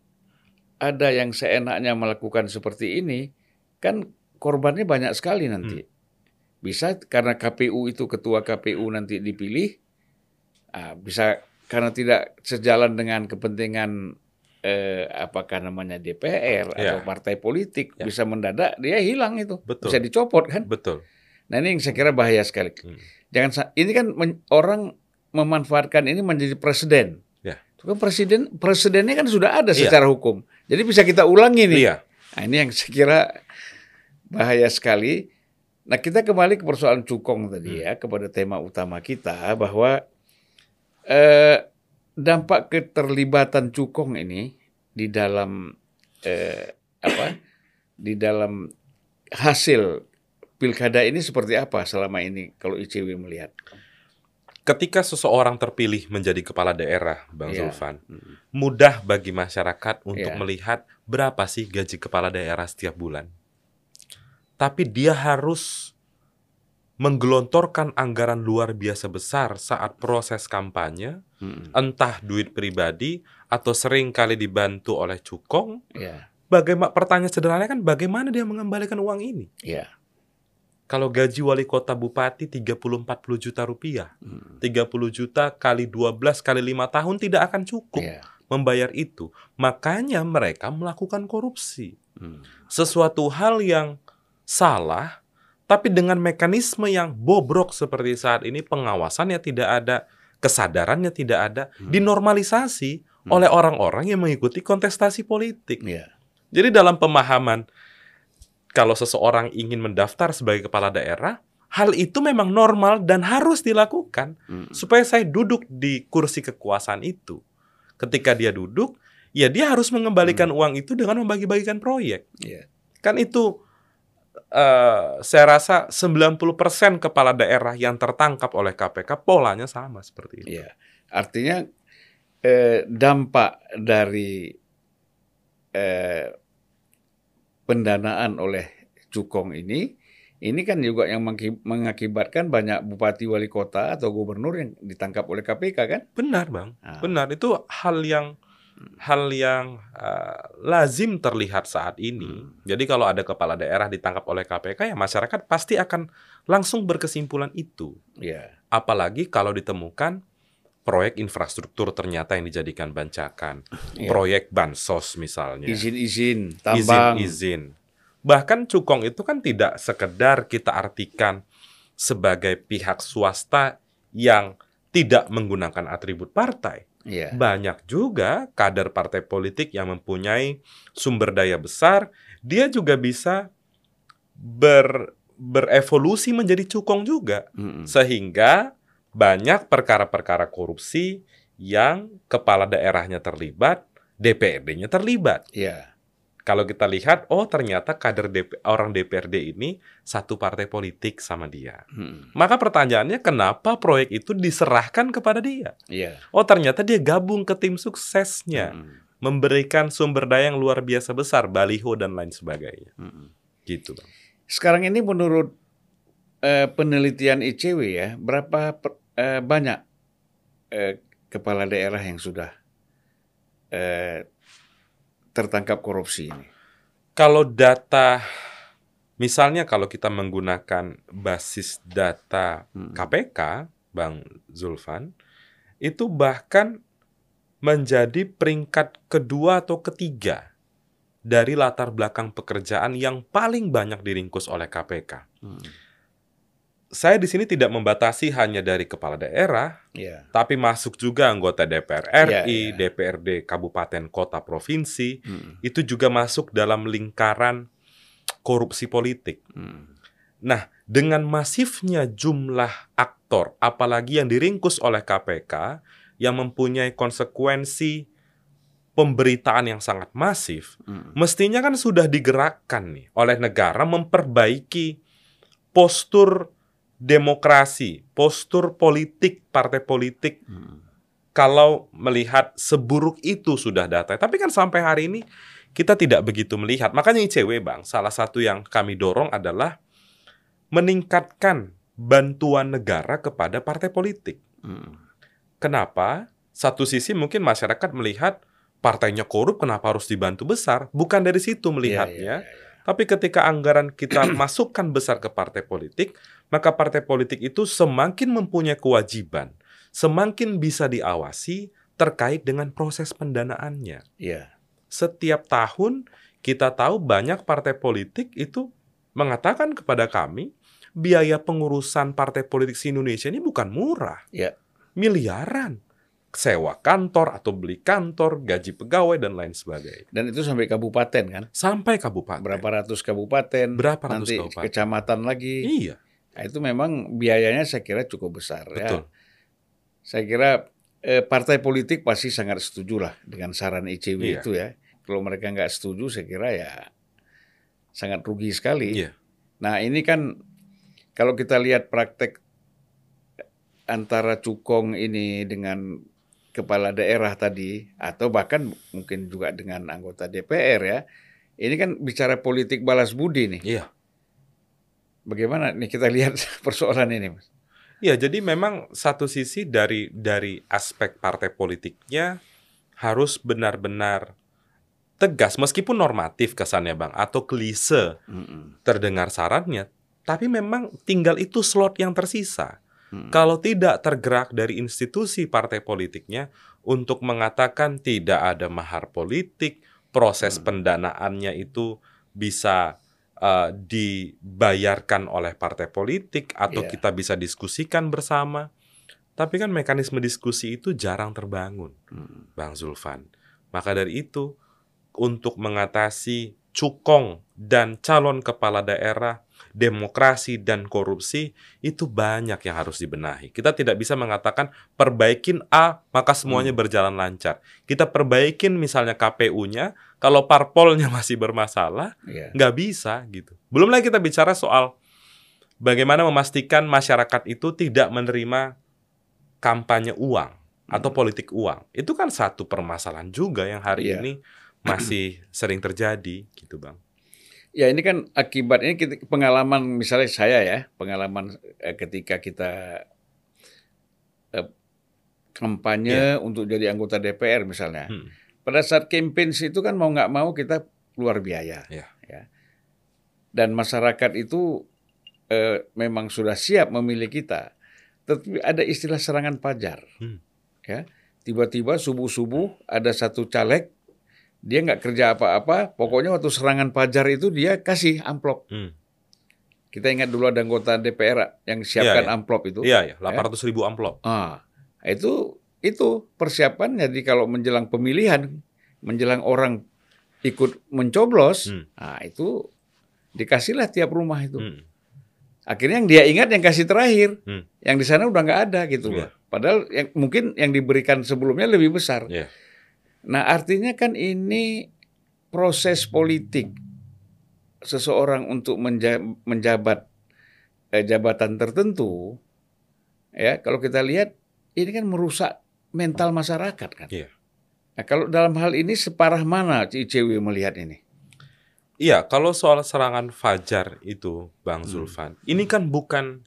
ada yang seenaknya melakukan seperti ini, kan korbannya banyak sekali nanti. Hmm. Bisa karena K P U itu ketua K P U nanti dipilih, ah, bisa karena tidak sejalan dengan kepentingan eh, apakah namanya D P R atau Ya, partai politik ya, bisa mendadak dia hilang itu, bisa betul, dicopot kan? betul. Nah ini yang saya kira bahaya sekali. Hmm, Jangan sa- ini kan men- orang memanfaatkan ini menjadi presiden. ya, Itu kan presiden presidennya kan sudah ada iya, secara hukum. Jadi bisa kita ulangi nih. iya, Nah ini yang saya kira bahaya sekali. Nah kita kembali ke persoalan cukong tadi hmm, ya, kepada tema utama kita bahwa eh, dampak keterlibatan cukong ini di dalam eh, apa? Di dalam hasil pilkada ini seperti apa selama ini kalau I C W melihat? Ketika seseorang terpilih menjadi kepala daerah, Bang Iya. Zulfan, Mm. mudah bagi masyarakat untuk Iya. melihat berapa sih gaji kepala daerah setiap bulan. Tapi dia harus menggelontorkan anggaran luar biasa besar saat proses kampanye, Mm. entah duit pribadi atau sering kali dibantu oleh cukong. Iya. Bagaimana pertanyaan sederhananya kan bagaimana dia mengembalikan uang ini? Iya. Kalau gaji wali kota bupati tiga puluh sampai empat puluh juta rupiah, Mm. tiga puluh juta kali dua belas kali lima tahun tidak akan cukup Iya. membayar itu. Makanya mereka melakukan korupsi. Mm. Sesuatu hal yang salah, tapi dengan mekanisme yang bobrok seperti saat ini, pengawasannya tidak ada, kesadarannya tidak ada, Hmm. dinormalisasi Hmm. oleh orang-orang yang mengikuti kontestasi politik. Iya. Jadi dalam pemahaman, kalau seseorang ingin mendaftar sebagai kepala daerah, hal itu memang normal dan harus dilakukan Mm. supaya saya duduk di kursi kekuasaan itu. Ketika dia duduk, ya dia harus mengembalikan uang itu dengan membagi-bagikan proyek. Iya. Kan itu eh, saya rasa sembilan puluh persen kepala daerah yang tertangkap oleh K P K polanya sama seperti itu. Iya. Artinya eh, dampak dari eh, pendanaan oleh cukong ini, ini kan juga yang mengki- mengakibatkan banyak bupati wali kota atau gubernur yang ditangkap oleh K P K kan? Benar, Bang. Ah. Benar. Itu hal yang hal yang eh, lazim terlihat saat ini. Hmm. Jadi kalau ada kepala daerah ditangkap oleh K P K, ya masyarakat pasti akan langsung berkesimpulan itu. Iya. Apalagi kalau ditemukan proyek infrastruktur ternyata yang dijadikan bancakan, Iya. proyek bansos misalnya, Izin-izin, tambang. izin-izin. Bahkan cukong itu kan tidak sekedar kita artikan sebagai pihak swasta yang tidak menggunakan atribut partai. Iya. Banyak juga kader partai politik yang mempunyai sumber daya besar, dia juga bisa ber, berevolusi menjadi cukong juga. Mm-mm. Sehingga banyak perkara-perkara korupsi yang kepala daerahnya terlibat, D P R D-nya terlibat. Iya. Kalau kita lihat, oh ternyata kader D P, orang D P R D ini satu partai politik sama dia. Mm-mm. Maka pertanyaannya, kenapa proyek itu diserahkan kepada dia? Iya. Oh ternyata dia gabung ke tim suksesnya, Mm-mm. memberikan sumber daya yang luar biasa besar, baliho dan lain sebagainya. Mm-mm. Gitu, Bang. Sekarang ini menurut eh, penelitian I C W ya, berapa per- eh, banyak eh, kepala daerah yang sudah eh, tertangkap korupsi ini? Kalau data, misalnya kalau kita menggunakan basis data Mm-mm. K P K, Bang Zulfan, itu bahkan menjadi peringkat kedua atau ketiga dari latar belakang pekerjaan yang paling banyak diringkus oleh K P K. Mm. Saya di sini tidak membatasi hanya dari kepala daerah, Iya. tapi masuk juga anggota D P R R I, Iya, iya. D P R D kabupaten kota provinsi, Mm. itu juga masuk dalam lingkaran korupsi politik. Mm. Nah, dengan masifnya jumlah aktor, apalagi yang diringkus oleh K P K, yang mempunyai konsekuensi pemberitaan yang sangat masif, Mm. mestinya kan sudah digerakkan nih oleh negara memperbaiki postur demokrasi, postur politik, partai politik, Mm. kalau melihat seburuk itu sudah data. Tapi kan sampai hari ini kita tidak begitu melihat. Makanya I C W, Bang, salah satu yang kami dorong adalah meningkatkan bantuan negara kepada partai politik. Mm. Kenapa? Satu sisi mungkin masyarakat melihat partainya korup, kenapa harus dibantu besar? Bukan dari situ Iya, melihatnya. iya, iya, iya. Tapi ketika anggaran kita masukkan besar ke partai politik, maka partai politik itu semakin mempunyai kewajiban, semakin bisa diawasi terkait dengan proses pendanaannya. Iya. setiap tahun kita tahu banyak partai politik itu mengatakan kepada kami, biaya pengurusan partai politik di Indonesia ini bukan murah. Ya. Miliaran. Sewa kantor atau beli kantor, gaji pegawai, dan lain sebagainya. Dan itu sampai kabupaten kan? Sampai kabupaten. Berapa ratus kabupaten, Berapa ratus nanti kabupaten. kecamatan lagi. Iya. Nah, itu memang biayanya saya kira cukup besar. Betul. Ya. Saya kira eh, partai politik pasti sangat setuju lah dengan saran I C W Iya. itu ya. Kalau mereka nggak setuju, saya kira ya sangat rugi sekali. Iya. Nah ini kan kalau kita lihat praktek antara cukong ini dengan kepala daerah tadi, atau bahkan mungkin juga dengan anggota D P R ya, ini kan bicara politik balas budi nih. Iya. Bagaimana nih kita lihat persoalan ini, Mas? Ya, jadi memang satu sisi dari dari aspek partai politiknya harus benar-benar tegas, meskipun normatif kesannya Bang, atau klise Mm-mm. terdengar sarannya, tapi memang tinggal itu slot yang tersisa. Mm-mm. Kalau tidak tergerak dari institusi partai politiknya untuk mengatakan tidak ada mahar politik, proses Hmm. pendanaannya itu bisa uh, dibayarkan oleh partai politik atau Iya. kita bisa diskusikan bersama. Tapi kan mekanisme diskusi itu jarang terbangun, Mm. Bang Zulfan. Maka dari itu, untuk mengatasi cukong dan calon kepala daerah, demokrasi dan korupsi, itu banyak yang harus dibenahi. Kita tidak bisa mengatakan perbaikin A, maka semuanya Hmm. berjalan lancar. Kita perbaikin misalnya K P U-nya, kalau parpolnya masih bermasalah, Iya. nggak bisa gitu. Belum lagi kita bicara soal bagaimana memastikan masyarakat itu tidak menerima kampanye uang atau Hmm. politik uang. Itu kan satu permasalahan juga yang hari Iya. ini masih sering terjadi gitu Bang. Ya ini kan akibat ini kita, pengalaman misalnya saya ya, pengalaman eh, ketika kita eh, kampanye untuk jadi anggota D P R misalnya. Hmm. Pada saat campaign itu kan mau nggak mau kita keluar biaya. Ya. Ya. Dan masyarakat itu eh, memang sudah siap memilih kita. Tetapi ada istilah serangan pajar. Hmm. Ya. Tiba-tiba subuh-subuh ada satu caleg, dia nggak kerja apa-apa, pokoknya waktu serangan pajar itu dia kasih amplop. Hmm. Kita ingat dulu ada anggota D P R yang siapkan Iya, iya. amplop itu. Iya ya, delapan ratus ribu amplop. Ah, itu itu persiapan. Jadi kalau menjelang pemilihan, menjelang orang ikut mencoblos, Hmm. nah itu dikasihlah tiap rumah itu. Hmm. Akhirnya yang dia ingat yang kasih terakhir, Hmm. yang di sana udah nggak ada gitu Iya. loh. Padahal yang mungkin yang diberikan sebelumnya lebih besar. Iya. Nah artinya kan ini proses politik seseorang untuk menja- menjabat eh, jabatan tertentu, ya kalau kita lihat ini kan merusak mental masyarakat kan. Iya. Nah, kalau dalam hal ini separah mana I C W melihat ini? Iya, kalau soal serangan fajar itu, Bang Hmm. Zulfan, ini kan bukan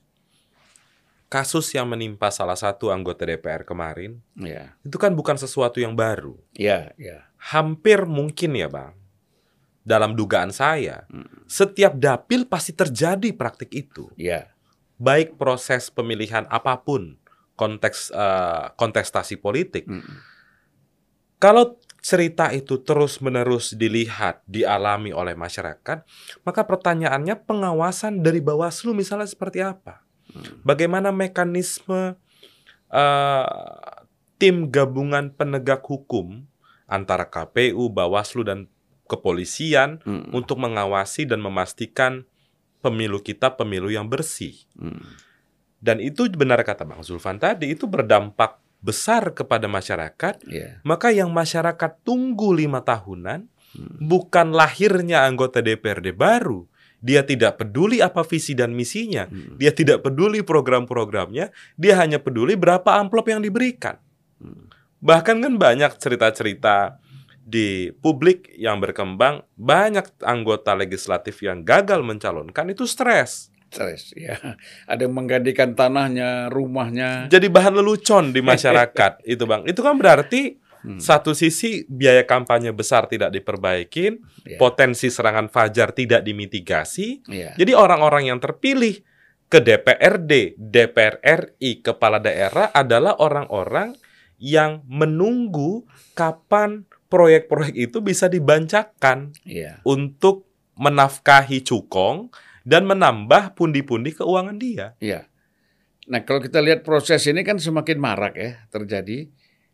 kasus yang menimpa salah satu anggota D P R kemarin. Ya, Itu kan bukan sesuatu yang baru. ya, ya. Hampir mungkin ya, Bang. Dalam dugaan saya, Hmm. setiap dapil pasti terjadi praktik itu. Ya, Baik proses pemilihan apapun, konteks eh, kontestasi politik. hmm. Kalau cerita itu terus-menerus dilihat, dialami oleh masyarakat, maka pertanyaannya pengawasan dari Bawaslu misalnya seperti apa? Hmm. Bagaimana mekanisme eh, tim gabungan penegak hukum antara K P U, Bawaslu, dan kepolisian Hmm. untuk mengawasi dan memastikan pemilu kita pemilu yang bersih. Hmm. Dan itu benar kata Bang Zulfan tadi, itu berdampak besar kepada masyarakat. Ya, Maka yang masyarakat tunggu lima tahunan Hmm. bukan lahirnya anggota D P R D baru. Dia tidak peduli apa visi dan misinya. Hmm. Dia tidak peduli program-programnya. Dia hanya peduli berapa amplop yang diberikan. Hmm. Bahkan kan banyak cerita-cerita di publik yang berkembang, banyak anggota legislatif yang gagal mencalonkan itu stres. Stres, ya. Ada yang menggantikan tanahnya, rumahnya. Jadi bahan lelucon di masyarakat itu Bang. Itu kan berarti Hmm. satu sisi biaya kampanye besar tidak diperbaikin, Ya. potensi serangan fajar tidak dimitigasi. Ya. Jadi orang-orang yang terpilih ke D P R D, D P R R I, kepala daerah adalah orang-orang yang menunggu kapan proyek-proyek itu bisa dibancakan Iya. untuk menafkahi cukong dan menambah pundi-pundi keuangan dia. Iya. Nah, kalau kita lihat proses ini kan semakin marak ya terjadi.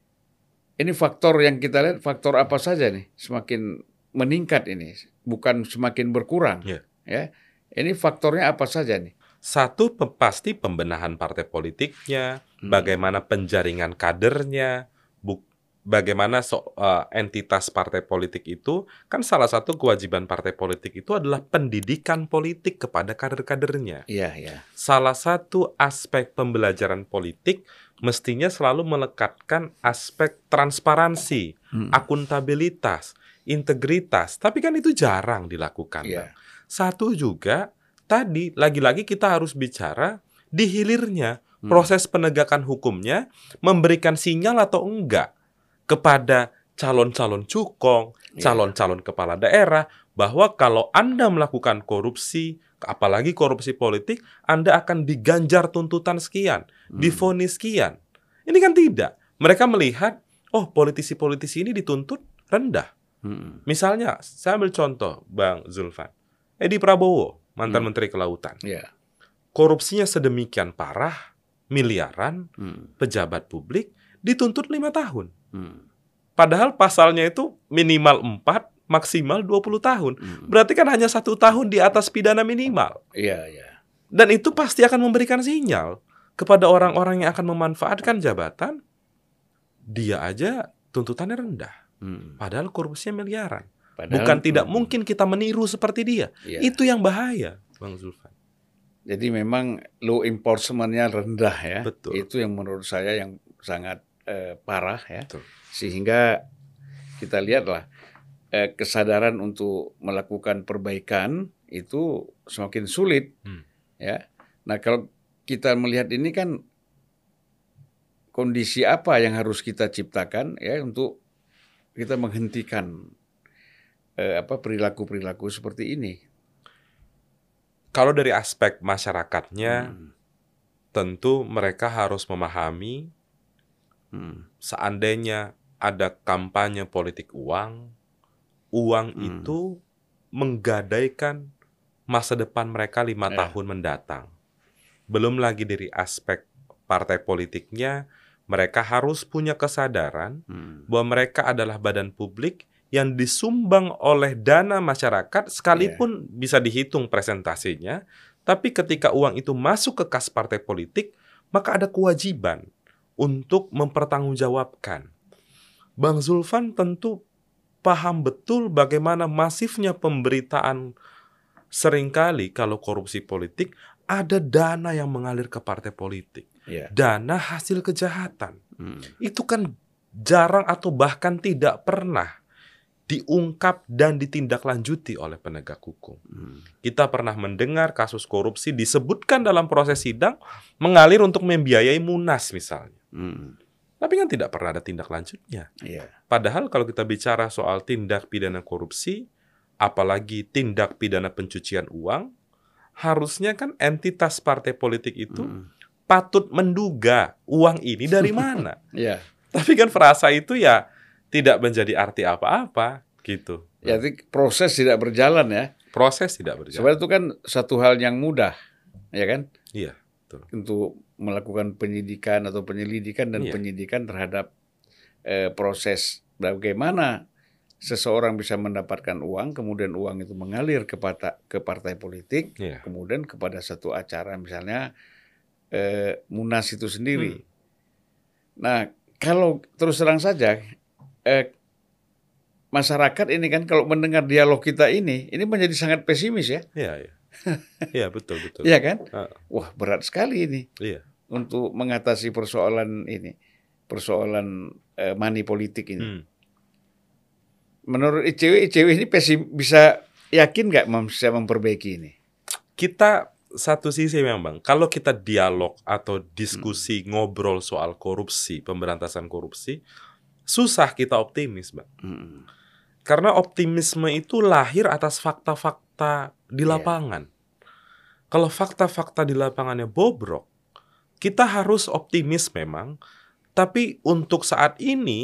Ini faktor yang kita lihat, faktor apa saja nih semakin meningkat ini, bukan semakin berkurang. Iya. Ya, ini faktornya apa saja nih? Satu pe- pasti pembenahan partai politiknya, Hmm. bagaimana penjaringan kadernya, buk- bagaimana so- eh, entitas partai politik itu, kan salah satu kewajiban partai politik itu adalah pendidikan politik kepada kader-kadernya. Iya, iya. Salah satu aspek pembelajaran politik mestinya selalu melekatkan aspek transparansi, Hmm. akuntabilitas, integritas, tapi kan itu jarang dilakukan. Iya. Bang. Satu juga, tadi lagi-lagi kita harus bicara di hilirnya, Hmm. proses penegakan hukumnya memberikan sinyal atau enggak kepada calon-calon cukong, Iya. calon-calon kepala daerah, bahwa kalau Anda melakukan korupsi, apalagi korupsi politik, Anda akan diganjar tuntutan sekian, Hmm. divonis sekian. Ini kan tidak. Mereka melihat, oh politisi-politisi ini dituntut rendah. Hmm. Misalnya, saya ambil contoh, Bang Zulfan. Edi Prabowo, mantan Hmm. Menteri Kelautan. Iya. Korupsinya sedemikian parah, miliaran, Hmm. pejabat publik, dituntut lima tahun. Hmm. Padahal pasalnya itu minimal empat, maksimal dua puluh tahun. Hmm. Berarti kan hanya satu tahun di atas pidana minimal. Iya, iya. Dan itu pasti akan memberikan sinyal kepada orang-orang yang akan memanfaatkan jabatan, dia aja tuntutannya rendah. Hmm. Padahal korupsinya miliaran. Padahal- Bukan tidak Hmm. mungkin kita meniru seperti dia. Iya. Itu yang bahaya, Bang Zulfan. Jadi memang law enforcement-nya rendah ya. Betul. Itu yang menurut saya yang sangat eh, parah ya. Betul. Sehingga kita lihatlah eh, kesadaran untuk melakukan perbaikan itu semakin sulit. Hmm. Ya. Nah, kalau kita melihat ini kan kondisi apa yang harus kita ciptakan ya untuk kita menghentikan eh, apa perilaku-perilaku seperti ini. Kalau dari aspek masyarakatnya, Hmm. tentu mereka harus memahami Hmm. seandainya ada kampanye politik uang, uang Hmm. itu menggadaikan masa depan mereka lima Ya. tahun mendatang. Belum lagi dari aspek partai politiknya, mereka harus punya kesadaran Hmm. bahwa mereka adalah badan publik yang disumbang oleh dana masyarakat, sekalipun bisa dihitung presentasinya, tapi ketika uang itu masuk ke kas partai politik, maka ada kewajiban untuk mempertanggungjawabkan. Bang Zulfan tentu paham betul bagaimana masifnya pemberitaan seringkali kalau korupsi politik, ada dana yang mengalir ke partai politik. Ya. Dana hasil kejahatan. Hmm. Itu kan jarang atau bahkan tidak pernah diungkap dan ditindaklanjuti oleh penegak hukum. Hmm. Kita pernah mendengar kasus korupsi disebutkan dalam proses sidang mengalir untuk membiayai Munas misalnya. Hmm. Tapi kan tidak pernah ada tindak lanjutnya. Ya. Padahal kalau kita bicara soal tindak pidana korupsi, apalagi tindak pidana pencucian uang, harusnya kan entitas partai politik itu Hmm. patut menduga uang ini dari mana. Ya. Tapi kan frasa itu ya tidak menjadi arti apa-apa gitu. Jadi proses tidak berjalan ya. Proses tidak berjalan. Sebenarnya itu kan satu hal yang mudah, ya kan? Iya, betul. Untuk melakukan penyidikan atau penyelidikan dan Iya. penyidikan terhadap eh, proses bagaimana seseorang bisa mendapatkan uang, kemudian uang itu mengalir ke, pata, ke partai politik, Iya. kemudian kepada satu acara misalnya eh, Munas itu sendiri. Hmm. Nah, kalau terus terang saja, eh, masyarakat ini kan kalau mendengar dialog kita ini, ini menjadi sangat pesimis ya. Iya, iya. Iya, betul, betul. Iya kan? Ah, Wah, berat sekali ini iya. untuk mengatasi persoalan ini, persoalan eh, money politik ini. Hmm. Menurut I C W, I C W ini pesim, bisa yakin nggak mem- bisa memperbaiki ini? Kita satu sisi memang, Bang, kalau kita dialog atau diskusi ngobrol soal korupsi, pemberantasan korupsi, susah kita optimis, Bang. Hmm. Karena optimisme itu lahir atas fakta-fakta di Iya. lapangan. Kalau fakta-fakta di lapangannya bobrok, kita harus optimis memang, tapi untuk saat ini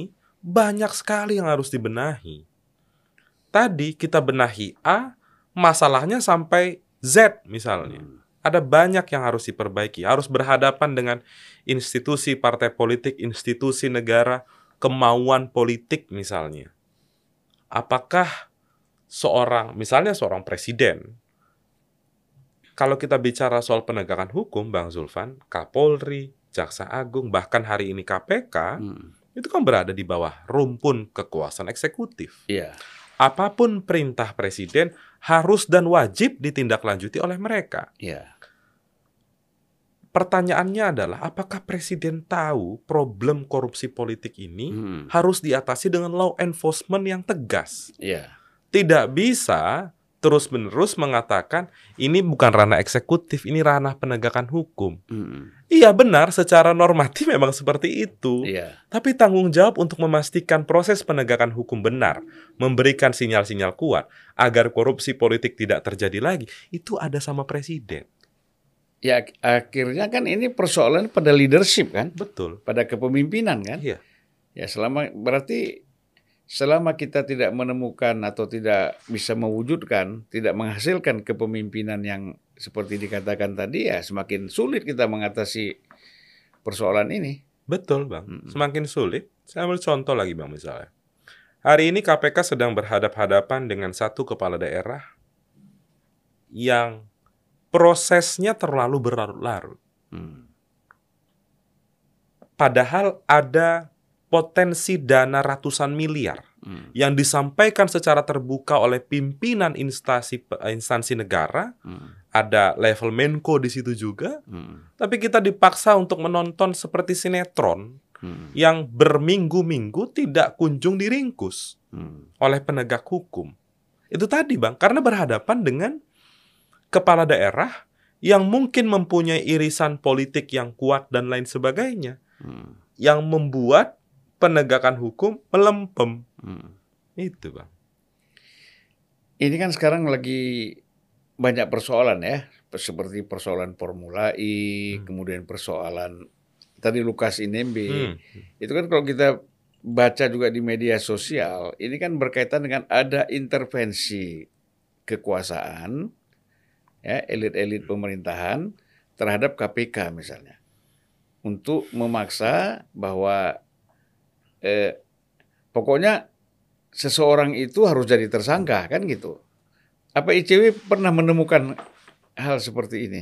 banyak sekali yang harus dibenahi. Tadi kita benahi A, masalahnya sampai Z misalnya. Ada banyak yang harus diperbaiki, harus berhadapan dengan institusi partai politik, institusi negara, kemauan politik misalnya. Apakah seorang, misalnya seorang presiden, kalau kita bicara soal penegakan hukum, Bang Zulfan, Kapolri, Jaksa Agung, bahkan hari ini K P K, hmm. itu kan berada di bawah rumpun kekuasaan eksekutif. Iya. Apapun perintah presiden harus dan wajib ditindaklanjuti oleh mereka. Iya. Pertanyaannya adalah, apakah presiden tahu problem korupsi politik ini hmm. harus diatasi dengan law enforcement yang tegas? Iya. Tidak bisa terus-menerus mengatakan ini bukan ranah eksekutif, ini ranah penegakan hukum. Hmm. Iya benar, secara normatif memang seperti itu. Iya. Tapi tanggung jawab untuk memastikan proses penegakan hukum benar, memberikan sinyal-sinyal kuat agar korupsi politik tidak terjadi lagi, itu ada sama presiden. Ya akhirnya kan ini persoalan pada leadership kan? Betul. Pada kepemimpinan kan? Iya. Ya selama berarti selama kita tidak menemukan atau tidak bisa mewujudkan, tidak menghasilkan kepemimpinan yang seperti dikatakan tadi, ya semakin sulit kita mengatasi persoalan ini. Betul Bang, hmm. semakin sulit. Saya ambil contoh lagi Bang misalnya. Hari ini K P K sedang berhadap-hadapan dengan satu kepala daerah yang prosesnya terlalu berlarut-larut. Hmm. Padahal ada potensi dana ratusan miliar hmm. yang disampaikan secara terbuka oleh pimpinan instansi instansi negara, hmm. ada level Menko di situ juga, hmm. tapi kita dipaksa untuk menonton seperti sinetron hmm. yang berminggu-minggu tidak kunjung diringkus hmm. oleh penegak hukum. Itu tadi Bang, karena berhadapan dengan kepala daerah yang mungkin mempunyai irisan politik yang kuat dan lain sebagainya, hmm. yang membuat penegakan hukum melempem. Hmm. Itu Bang. Ini kan sekarang lagi banyak persoalan ya, seperti persoalan Formula E, hmm. kemudian persoalan tadi Lukas N M B. Hmm. Itu kan kalau kita baca juga di media sosial, ini kan berkaitan dengan ada intervensi kekuasaan, ya, elit-elit pemerintahan terhadap K P K misalnya, untuk memaksa bahwa Eh, pokoknya seseorang itu harus jadi tersangka kan gitu. Apa I C W pernah menemukan hal seperti ini?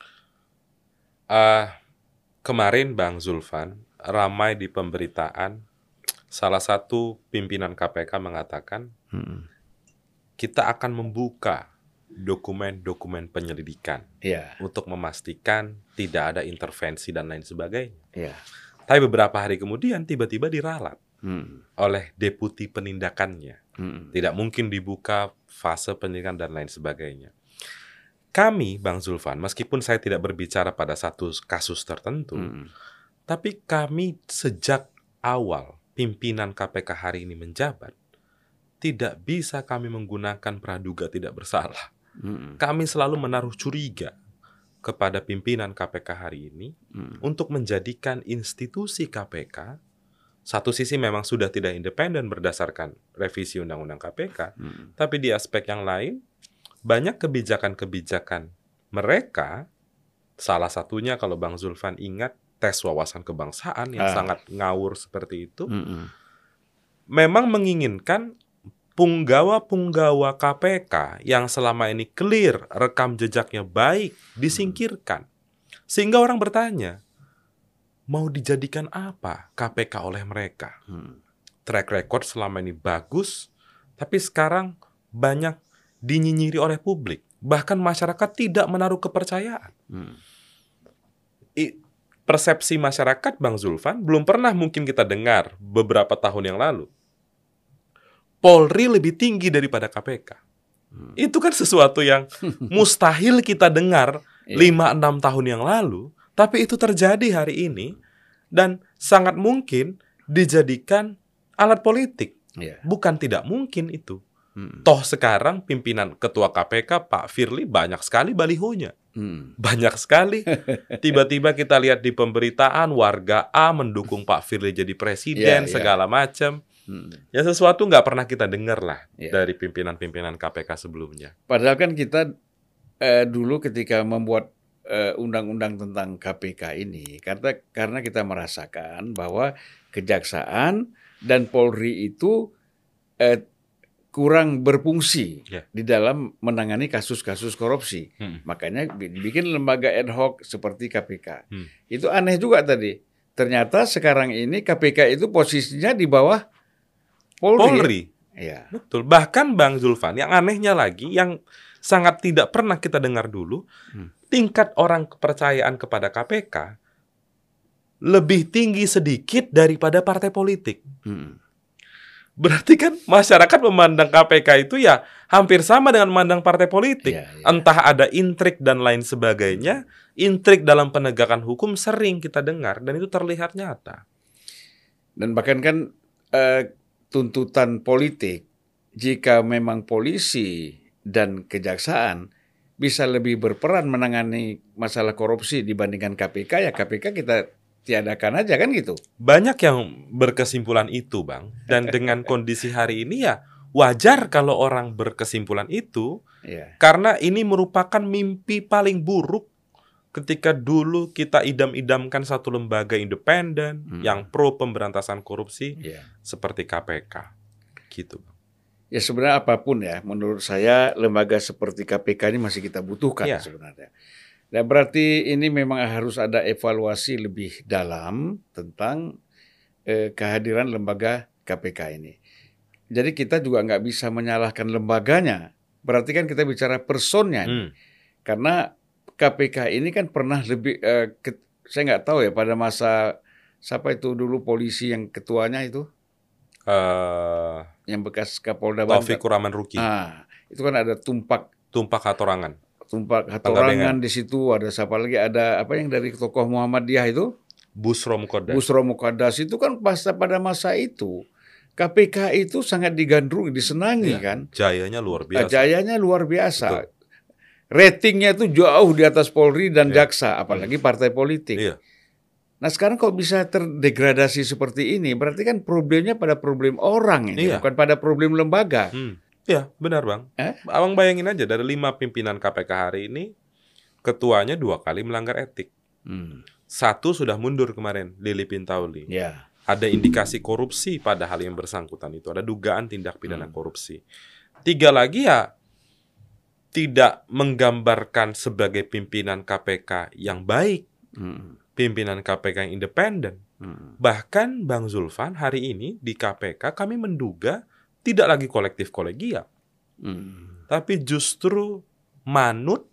Uh, kemarin Bang Zulfan ramai di pemberitaan, salah satu pimpinan K P K mengatakan hmm. kita akan membuka dokumen-dokumen penyelidikan ya. untuk memastikan tidak ada intervensi dan lain sebagainya. Ya. Tapi beberapa hari kemudian tiba-tiba diralat hmm. oleh deputi penindakannya. Hmm. Tidak mungkin dibuka fase penyidikan dan lain sebagainya. Kami, Bang Zulfan, meskipun saya tidak berbicara pada satu kasus tertentu, hmm. tapi kami sejak awal pimpinan K P K hari ini menjabat, tidak bisa kami menggunakan praduga tidak bersalah. Hmm. Kami selalu menaruh curiga kepada pimpinan K P K hari ini hmm. untuk menjadikan institusi K P K, satu sisi memang sudah tidak independen berdasarkan revisi Undang-Undang K P K, hmm. tapi di aspek yang lain, banyak kebijakan-kebijakan mereka, salah satunya kalau Bang Zulfan ingat, tes wawasan kebangsaan yang ah. sangat ngawur seperti itu, hmm. memang menginginkan punggawa-punggawa K P K yang selama ini clear, rekam jejaknya baik, disingkirkan. Sehingga orang bertanya, mau dijadikan apa K P K oleh mereka? Hmm. Track record selama ini bagus, tapi sekarang banyak dinyinyiri oleh publik. Bahkan masyarakat tidak menaruh kepercayaan. Hmm. I, persepsi masyarakat, Bang Zulfan, belum pernah mungkin kita dengar beberapa tahun yang lalu. Polri lebih tinggi daripada K P K. Hmm. Itu kan sesuatu yang mustahil kita dengar lima enam tahun yang lalu, tapi itu terjadi hari ini dan sangat mungkin dijadikan alat politik. Yeah. Bukan tidak mungkin itu. Hmm. Toh sekarang pimpinan ketua K P K Pak Firly banyak sekali balihonya. Hmm. Banyak sekali. Tiba-tiba kita lihat di pemberitaan warga A mendukung Pak Firly jadi presiden, Ya, ya. segala macam. Hmm. Ya sesuatu nggak pernah kita dengar lah Ya. dari pimpinan-pimpinan K P K sebelumnya. Padahal kan kita eh, dulu ketika membuat eh, undang-undang tentang K P K ini, karena karena kita merasakan bahwa Kejaksaan dan Polri itu eh, kurang berfungsi Ya. di dalam menangani kasus-kasus korupsi. Hmm. Makanya dibikin lembaga ad hoc seperti K P K. Hmm. Itu aneh juga tadi. Ternyata sekarang ini K P K itu posisinya di bawah Polri. Polri. Ya. Betul. Bahkan Bang Zulfan, yang anehnya lagi, yang sangat tidak pernah kita dengar dulu, Hmm. tingkat orang kepercayaan kepada K P K lebih tinggi sedikit daripada partai politik. Hmm. Berarti kan masyarakat memandang K P K itu ya hampir sama dengan memandang partai politik. Ya, ya. Entah ada intrik dan lain sebagainya, intrik dalam penegakan hukum sering kita dengar dan itu terlihat nyata. Dan bahkan kan eh, tuntutan politik, jika memang polisi dan kejaksaan bisa lebih berperan menangani masalah korupsi dibandingkan K P K, ya K P K kita tiadakan aja kan gitu. Banyak yang berkesimpulan itu, Bang. Dan dengan kondisi hari ini ya wajar kalau orang berkesimpulan itu, Ya. karena ini merupakan mimpi paling buruk ketika dulu kita idam-idamkan satu lembaga independen Hmm. yang pro pemberantasan korupsi Ya. seperti K P K. Gitu, Bang. Ya sebenarnya apapun ya, menurut saya lembaga seperti K P K ini masih kita butuhkan Ya. sebenarnya. Nah berarti ini memang harus ada evaluasi lebih dalam tentang eh, kehadiran lembaga K P K ini. Jadi kita juga nggak bisa menyalahkan lembaganya. Berarti kan kita bicara personnya nih. Hmm. Karena K P K ini kan pernah lebih, eh, ke, saya nggak tahu ya pada masa siapa itu dulu polisi yang ketuanya itu, Eh, yang bekas Kapolda Taufik Banten. Kuraman Ruki, Ah, itu kan ada tumpak Tumpak Hatorangan. tumpak Panggabengan. hatorangan di situ, ada siapa lagi, ada apa yang dari tokoh Muhammadiyah itu, Busro Mukodas. Busro Muqaddas itu kan pas pada masa itu K P K itu sangat digandrungi, disenangi Iya, kan, Jayanya luar biasa. jayanya luar biasa. Betul. Ratingnya itu jauh di atas Polri dan Iya. jaksa, apalagi partai politik. Iya. Nah sekarang kok bisa terdegradasi seperti ini, berarti kan problemnya pada problem orang ini, Iya. bukan pada problem lembaga. Hmm. Iya, benar, Bang. Eh? Abang bayangin aja dari lima pimpinan K P K hari ini, ketuanya dua kali melanggar etik. Hmm. Satu sudah mundur kemarin, Lili Pintauli. Ya. Ada indikasi korupsi pada hal yang bersangkutan itu. Ada dugaan tindak pidana Hmm. korupsi. Tiga lagi ya tidak menggambarkan sebagai pimpinan K P K yang baik. Hmm. Pimpinan K P K yang independen. Hmm. Bahkan Bang Zulfan hari ini di K P K kami menduga tidak lagi kolektif kolegial. Hmm. Tapi justru manut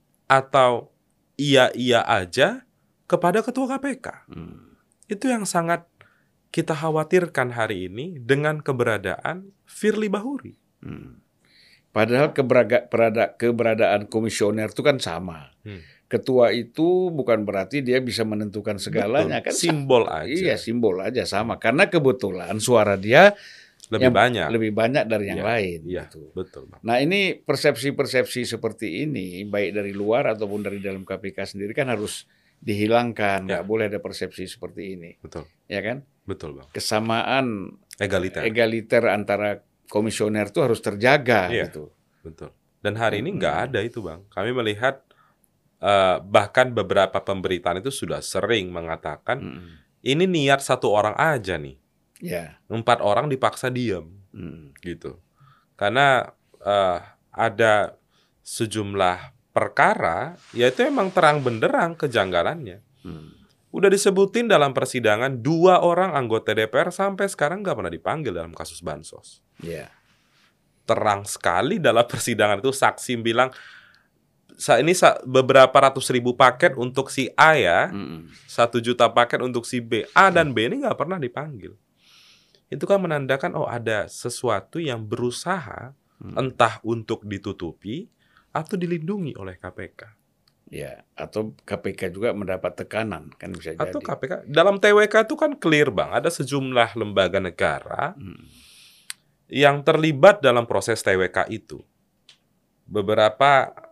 atau iya-iya aja kepada ketua K P K. Hmm. Itu yang sangat kita khawatirkan hari ini dengan keberadaan Firly Bahuri. Hmm. Padahal keberaga, perada, keberadaan komisioner itu kan sama. Hmm. Ketua itu bukan berarti dia bisa menentukan segalanya. Betul. Kan Simbol sa- aja. Iya, simbol aja sama. Karena kebetulan suara dia Lebih yang banyak. lebih banyak dari yang Iya, lain. Iya, gitu. betul, Bang. Nah ini persepsi-persepsi seperti ini, baik dari luar ataupun dari dalam K P K sendiri kan harus dihilangkan. Nggak Ya. boleh ada persepsi seperti ini. Betul. Ya kan? Betul, Bang. Kesamaan Egaliter. egaliter antara komisioner itu harus terjaga Iya. gitu. Betul. Dan hari ini nggak Hmm. ada itu, Bang. Kami melihat eh, bahkan beberapa pemberitaan itu sudah sering mengatakan Hmm. ini niat satu orang aja nih. Ya. Empat orang dipaksa diam, Hmm. gitu. Karena eh, ada sejumlah perkara, yaitu emang terang benderang kejanggalannya. Hmm. Udah disebutin dalam persidangan, dua orang anggota D P R sampai sekarang nggak pernah dipanggil dalam kasus Bansos. Ya. Terang sekali dalam persidangan itu saksi bilang, "Sa- ini sa- beberapa ratus ribu paket untuk si A ya, Hmm. satu juta paket untuk si B. A dan B ini nggak pernah dipanggil." Itu kan menandakan, oh ada sesuatu yang berusaha Hmm. entah untuk ditutupi atau dilindungi oleh K P K. Ya. Atau K P K juga mendapat tekanan kan bisa Atau jadi. K P K, dalam T W K itu kan clear, Bang, ada sejumlah lembaga negara Hmm. yang terlibat dalam proses T W K itu. Beberapa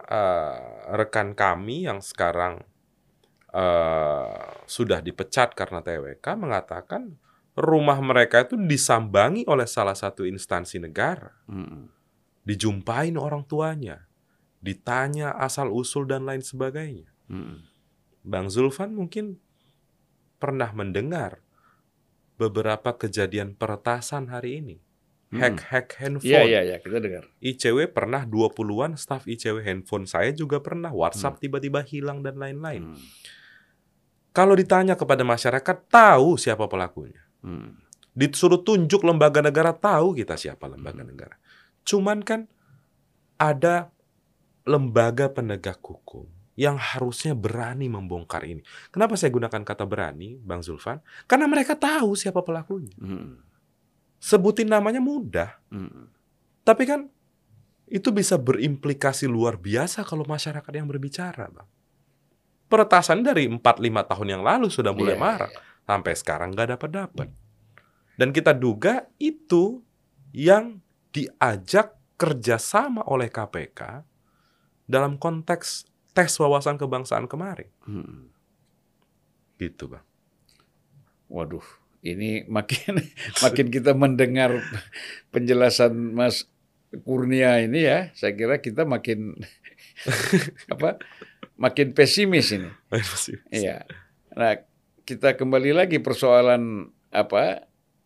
uh, rekan kami yang sekarang uh, sudah dipecat karena T W K mengatakan rumah mereka itu disambangi oleh salah satu instansi negara. Hmm. Dijumpain orang tuanya, ditanya asal-usul dan lain sebagainya. Hmm. Bang Zulfan mungkin pernah mendengar beberapa kejadian peretasan hari ini. Hack-hack handphone. Iya, iya, iya, kita dengar. I C W pernah dua puluhan staf I C W, handphone saya juga pernah, WhatsApp Hmm. tiba-tiba hilang dan lain-lain. Hmm. Kalau ditanya kepada masyarakat, tahu siapa pelakunya. Hmm. Disuruh tunjuk lembaga negara, tahu kita siapa lembaga Hmm. negara. Cuman kan ada lembaga penegak hukum yang harusnya berani membongkar ini. Kenapa saya gunakan kata berani, Bang Zulfan? Karena mereka tahu siapa pelakunya. Hmm. Sebutin namanya mudah. Hmm. Tapi kan itu bisa berimplikasi luar biasa kalau masyarakat yang berbicara, Bang. Peretasan dari empat lima tahun yang lalu sudah mulai Iya, marak. iya. Sampai sekarang nggak dapat-dapat. Dan kita duga itu yang diajak kerjasama oleh K P K dalam konteks tes wawasan kebangsaan kemarin. Hmm. Gitu, Bang. Waduh, ini makin makin kita mendengar penjelasan Mas Kurnia ini ya, saya kira kita makin apa? Makin pesimis ini. Iya. Nah, kita kembali lagi persoalan apa?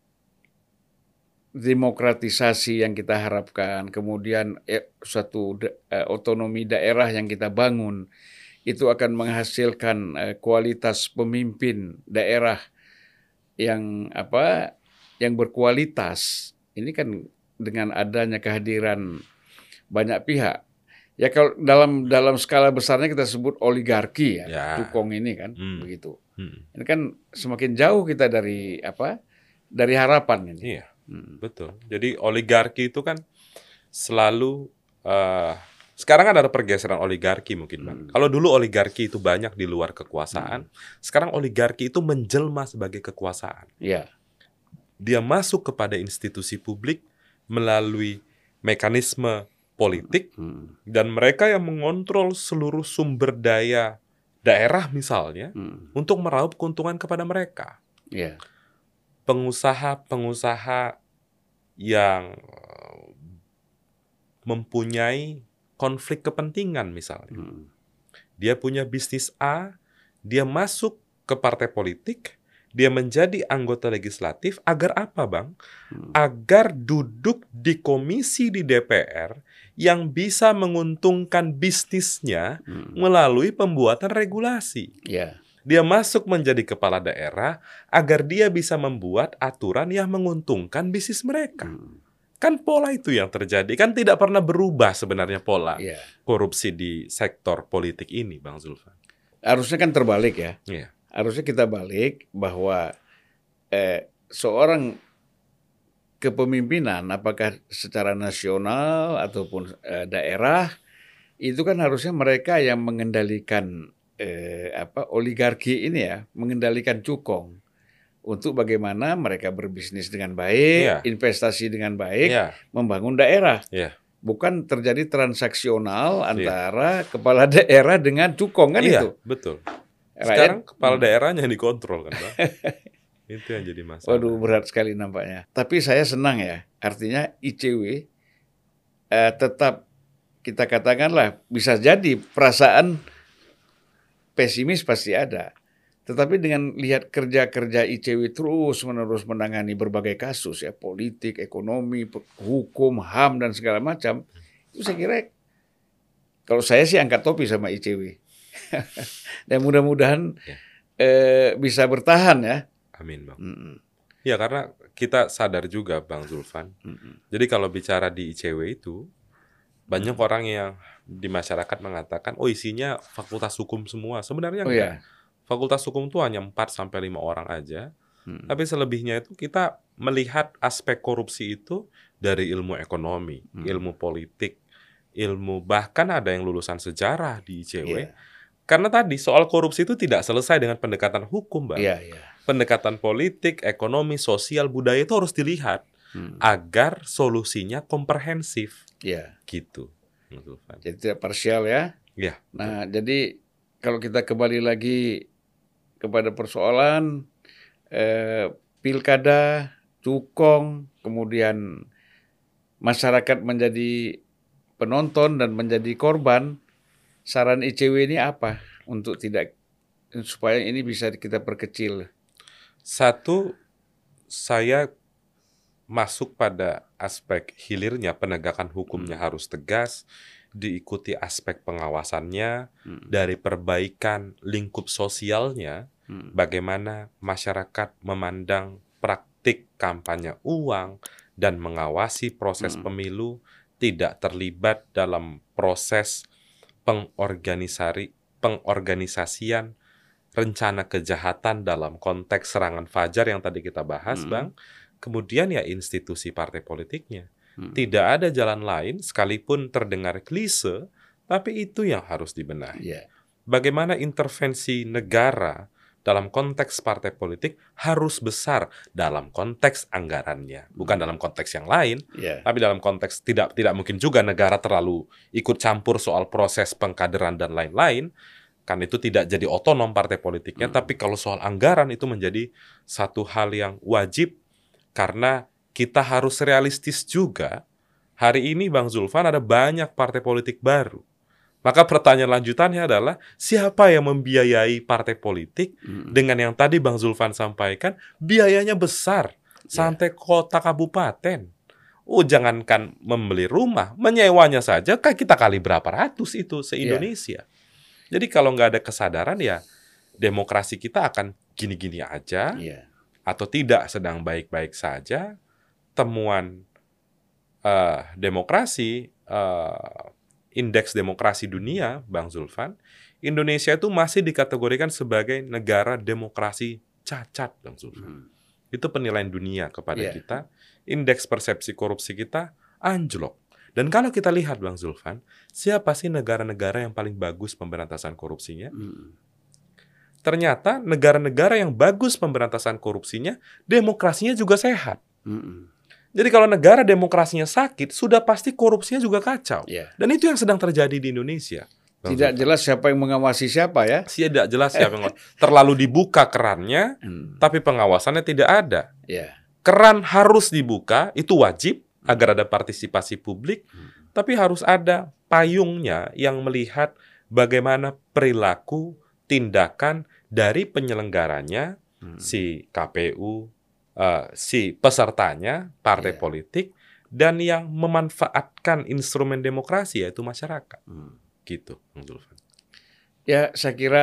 Demokratisasi yang kita harapkan, kemudian eh, suatu da, eh, otonomi daerah yang kita bangun, itu akan menghasilkan eh, kualitas pemimpin daerah yang apa? Yang berkualitas. Ini kan dengan adanya kehadiran banyak pihak. Ya kalau dalam dalam skala besarnya kita sebut oligarki ya, Ya. cukong ini kan, Hmm. begitu. Hmm. Ini kan semakin jauh kita dari apa? Dari harapan ini. Iya, Hmm. betul. Jadi oligarki itu kan selalu uh, sekarang kan ada pergeseran oligarki mungkin, Bang. Hmm. Kalau dulu oligarki itu banyak di luar kekuasaan, sekarang oligarki itu menjelma sebagai kekuasaan. Ya. Dia masuk kepada institusi publik melalui mekanisme politik, Hmm. dan mereka yang mengontrol seluruh sumber daya daerah misalnya Hmm. untuk meraup keuntungan kepada mereka. Ya. Pengusaha-pengusaha yang eh, mempunyai konflik kepentingan misalnya. Hmm. Dia punya bisnis A, dia masuk ke partai politik, dia menjadi anggota legislatif agar apa, Bang? Hmm. Agar duduk di komisi di D P R yang bisa menguntungkan bisnisnya Hmm. melalui pembuatan regulasi. Ya. Dia masuk menjadi kepala daerah agar dia bisa membuat aturan yang menguntungkan bisnis mereka. Hmm. Kan pola itu yang terjadi. Kan tidak pernah berubah sebenarnya pola Ya. korupsi di sektor politik ini, Bang Zulfan. Harusnya kan terbalik ya. Iya. Harusnya kita balik bahwa eh, seorang kepemimpinan, apakah secara nasional ataupun eh, daerah, itu kan harusnya mereka yang mengendalikan eh, apa oligarki ini ya, mengendalikan cukong untuk bagaimana mereka berbisnis dengan baik, Iya. investasi dengan baik, Iya. membangun daerah. Iya. Bukan terjadi transaksional antara kepala daerah dengan cukong kan Iya, itu. betul. Rakyat- Sekarang kepala Hmm. daerahnya yang dikontrol kan, Bang. Itu yang jadi masalah. Waduh, berat sekali nampaknya. Tapi saya senang ya, artinya I C W eh, tetap kita katakanlah bisa jadi perasaan pesimis pasti ada. Tetapi dengan lihat kerja-kerja I C W terus-menerus menangani berbagai kasus ya, politik, ekonomi, pe- hukum, H A M dan segala macam, itu saya kira kalau saya sih angkat topi sama I C W. Dan mudah-mudahan Ya. eh, bisa bertahan ya. Amin, Bang. Mm-mm. Ya, karena kita sadar juga, Bang Zulfan. Mm-mm. Jadi kalau bicara di I C W itu, banyak Hmm. orang yang di masyarakat mengatakan, oh isinya fakultas hukum semua. Sebenarnya Oh enggak. ya. Fakultas hukum itu hanya empat sampai lima orang aja. Mm. Tapi selebihnya itu kita melihat aspek korupsi itu dari ilmu ekonomi, Hmm. ilmu politik, ilmu bahkan ada yang lulusan sejarah di I C W. Iya. Karena tadi soal korupsi itu tidak selesai dengan pendekatan hukum, Bang. Iya, iya. Pendekatan politik, ekonomi, sosial, budaya itu harus dilihat Hmm. agar solusinya komprehensif Iya. gitu. Bang Zulfan. Jadi tidak parsial ya. Iya. Nah, jadi kalau kita kembali lagi kepada persoalan eh, pilkada, cukong, kemudian masyarakat menjadi penonton dan menjadi korban, saran I C W ini apa untuk tidak supaya ini bisa kita perkecil? Satu, saya masuk pada aspek hilirnya, penegakan hukumnya Hmm. harus tegas, diikuti aspek pengawasannya, Hmm. dari perbaikan lingkup sosialnya, Hmm. bagaimana masyarakat memandang praktik kampanye uang dan mengawasi proses Hmm. pemilu, tidak terlibat dalam proses pengorganisari, pengorganisasian rencana kejahatan dalam konteks serangan fajar yang tadi kita bahas, Hmm. Bang. Kemudian ya institusi partai politiknya. Hmm. Tidak ada jalan lain, sekalipun terdengar klise, tapi itu yang harus dibenahi. Yeah. Bagaimana intervensi negara dalam konteks partai politik harus besar dalam konteks anggarannya, bukan Hmm. dalam konteks yang lain, Yeah. tapi dalam konteks tidak tidak mungkin juga negara terlalu ikut campur soal proses pengkaderan dan lain-lain, kan itu tidak jadi otonom partai politiknya. Hmm. Tapi kalau soal anggaran itu menjadi satu hal yang wajib, karena kita harus realistis juga. Hari ini Bang Zulfan ada banyak partai politik baru. Maka pertanyaan lanjutannya adalah, siapa yang membiayai partai politik Hmm. dengan yang tadi Bang Zulfan sampaikan, biayanya besar, Ya. sampai kota kabupaten. Oh, jangankan membeli rumah, menyewanya saja kan kita kali berapa ratus itu se-Indonesia. Jadi kalau nggak ada kesadaran ya demokrasi kita akan gini-gini aja, Yeah. atau tidak sedang baik-baik saja. Temuan eh, demokrasi, eh, indeks demokrasi dunia, Bang Zulfan, Indonesia itu masih dikategorikan sebagai negara demokrasi cacat, Bang Zulfan. Hmm. Itu penilaian dunia kepada Yeah. kita. Indeks persepsi korupsi kita anjlok. Dan kalau kita lihat, Bang Zulfan, siapa sih negara-negara yang paling bagus pemberantasan korupsinya? Hmm. Ternyata negara-negara yang bagus pemberantasan korupsinya, demokrasinya juga sehat. Hmm. Jadi kalau negara demokrasinya sakit, sudah pasti korupsinya juga kacau. Yeah. Dan itu yang sedang terjadi di Indonesia. Bang Tidak Zulfan. jelas siapa yang mengawasi siapa ya. Tidak jelas siapa yang terlalu dibuka kerannya, Hmm. tapi pengawasannya tidak ada. Yeah. Keran harus dibuka, itu wajib agar ada partisipasi publik, Hmm. tapi harus ada payungnya yang melihat bagaimana perilaku, tindakan dari penyelenggaranya, Hmm. si K P U, uh, si pesertanya, partai Iya. politik, dan yang memanfaatkan instrumen demokrasi yaitu masyarakat. Hmm. Gitu, Bang Zulfan. Ya, saya kira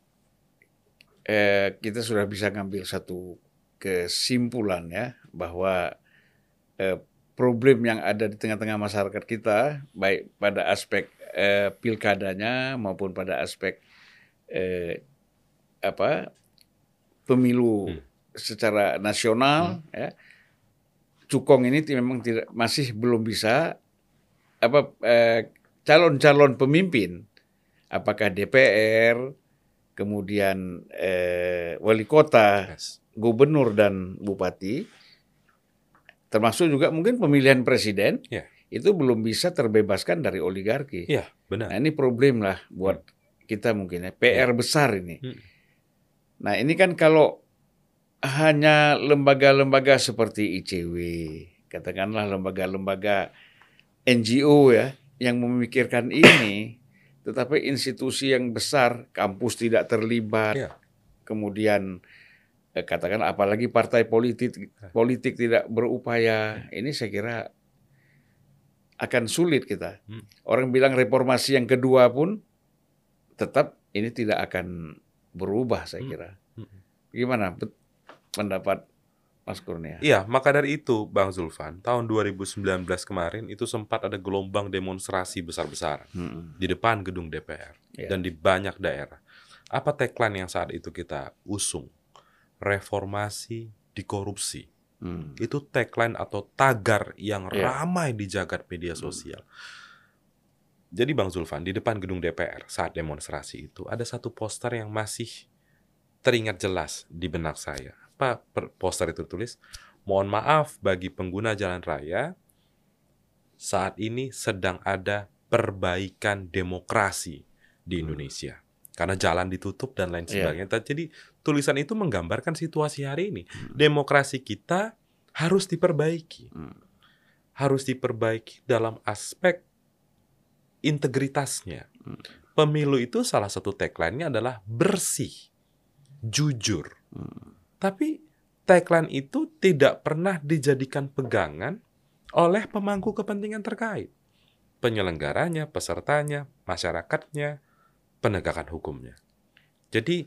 eh, kita sudah bisa ngambil satu kesimpulan ya bahwa eh, problem yang ada di tengah-tengah masyarakat kita, baik pada aspek eh, pilkadanya maupun pada aspek eh, apa pemilu Hmm. secara nasional, ya, cukong ini ti- memang tidak masih belum bisa apa eh, calon-calon pemimpin, apakah D P R, kemudian eh, wali kota, Yes. gubernur dan bupati, termasuk juga mungkin pemilihan presiden, Ya. itu belum bisa terbebaskan dari oligarki. Iya, benar. Nah ini problem lah buat kita mungkin ya, P R besar ini. Hmm. Nah ini kan kalau hanya lembaga-lembaga seperti I C W, katakanlah lembaga-lembaga N G O ya, yang memikirkan ini, tetapi institusi yang besar, kampus tidak terlibat, Iya. kemudian eh, katakan apalagi partai politik politik tidak berupaya, ini saya kira akan sulit kita. Hmm. Orang bilang reformasi yang kedua pun tetap ini tidak akan berubah, saya Hmm. kira. Hmm. Gimana bet- pendapat Mas Kurnia? Iya, maka dari itu, Bang Zulfan, tahun dua ribu sembilan belas kemarin itu sempat ada gelombang demonstrasi besar-besaran Hmm. di depan gedung D P R Ya. dan di banyak daerah. Apa tagline yang saat itu kita usung? Reformasi di korupsi. Hmm. Itu tagline atau tagar yang Ya. ramai di jagat media sosial. Jadi Bang Zulfan, di depan gedung D P R saat demonstrasi itu ada satu poster yang masih teringat jelas di benak saya. Apa per- poster itu tulis? Mohon maaf bagi pengguna jalan raya, saat ini sedang ada perbaikan demokrasi di Indonesia. Karena jalan ditutup dan lain sebagainya. Yeah. Jadi tulisan itu menggambarkan situasi hari ini. Hmm. Demokrasi kita harus diperbaiki. Hmm. Harus diperbaiki dalam aspek integritasnya. Hmm. Pemilu itu salah satu tagline-nya adalah bersih, jujur. Hmm. Tapi tagline itu tidak pernah dijadikan pegangan oleh pemangku kepentingan terkait. Penyelenggaranya, pesertanya, masyarakatnya, penegakan hukumnya. Jadi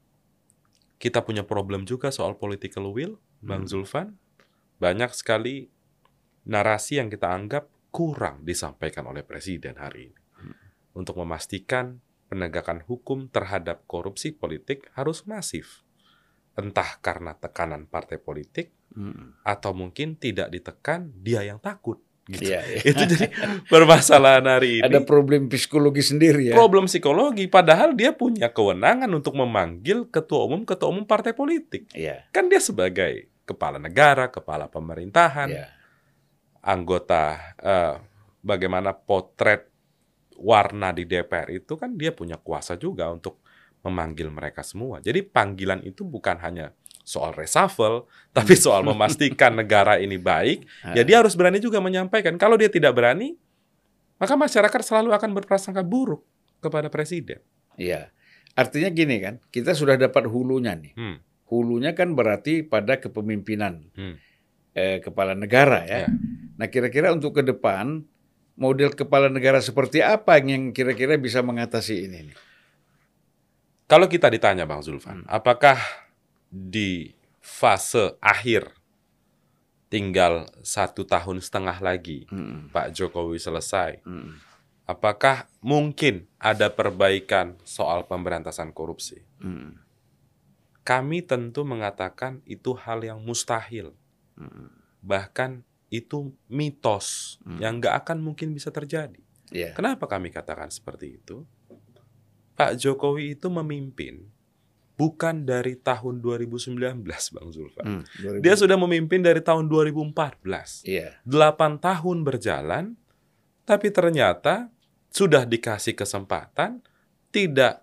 kita punya problem juga soal political will, Bang hmm. Zulfan. Banyak sekali narasi yang kita anggap kurang disampaikan oleh Presiden hari ini. Hmm. Untuk memastikan penegakan hukum terhadap korupsi politik harus masif. Entah karena tekanan partai politik, hmm. atau mungkin tidak ditekan, dia yang takut. Gitu. Ya, ya. Itu jadi permasalahan hari ini. Ada problem psikologi sendiri ya. Problem psikologi, padahal dia punya kewenangan untuk memanggil ketua umum ketua umum partai politik. Ya. Kan dia sebagai kepala negara, kepala pemerintahan, ya. anggota. Uh, bagaimana potret warna di D P R itu kan dia punya kuasa juga untuk memanggil mereka semua. Jadi panggilan itu bukan hanya soal reshuffle, tapi soal memastikan negara ini baik, ya dia harus berani juga menyampaikan. Kalau dia tidak berani, maka masyarakat selalu akan berprasangka buruk kepada Presiden. Iya, artinya gini kan, kita sudah dapat hulunya nih. Hmm. Hulunya kan berarti pada kepemimpinan hmm. eh, kepala negara ya. ya. Nah kira-kira untuk ke depan, model kepala negara seperti apa yang kira-kira bisa mengatasi ini nih? Kalau kita ditanya Bang Zulfan, hmm. apakah di fase akhir tinggal satu tahun setengah lagi mm. Pak Jokowi selesai, mm. apakah mungkin ada perbaikan soal pemberantasan korupsi? Mm. Kami tentu mengatakan itu hal yang mustahil, mm. bahkan itu mitos mm. yang nggak akan mungkin bisa terjadi. Yeah. Kenapa kami katakan seperti itu? Pak Jokowi itu memimpin bukan dari tahun dua ribu sembilan belas, Bang Zulfan. Hmm, Dia sudah memimpin dari tahun dua ribu empat belas. Yeah. delapan tahun berjalan, tapi ternyata sudah dikasih kesempatan, tidak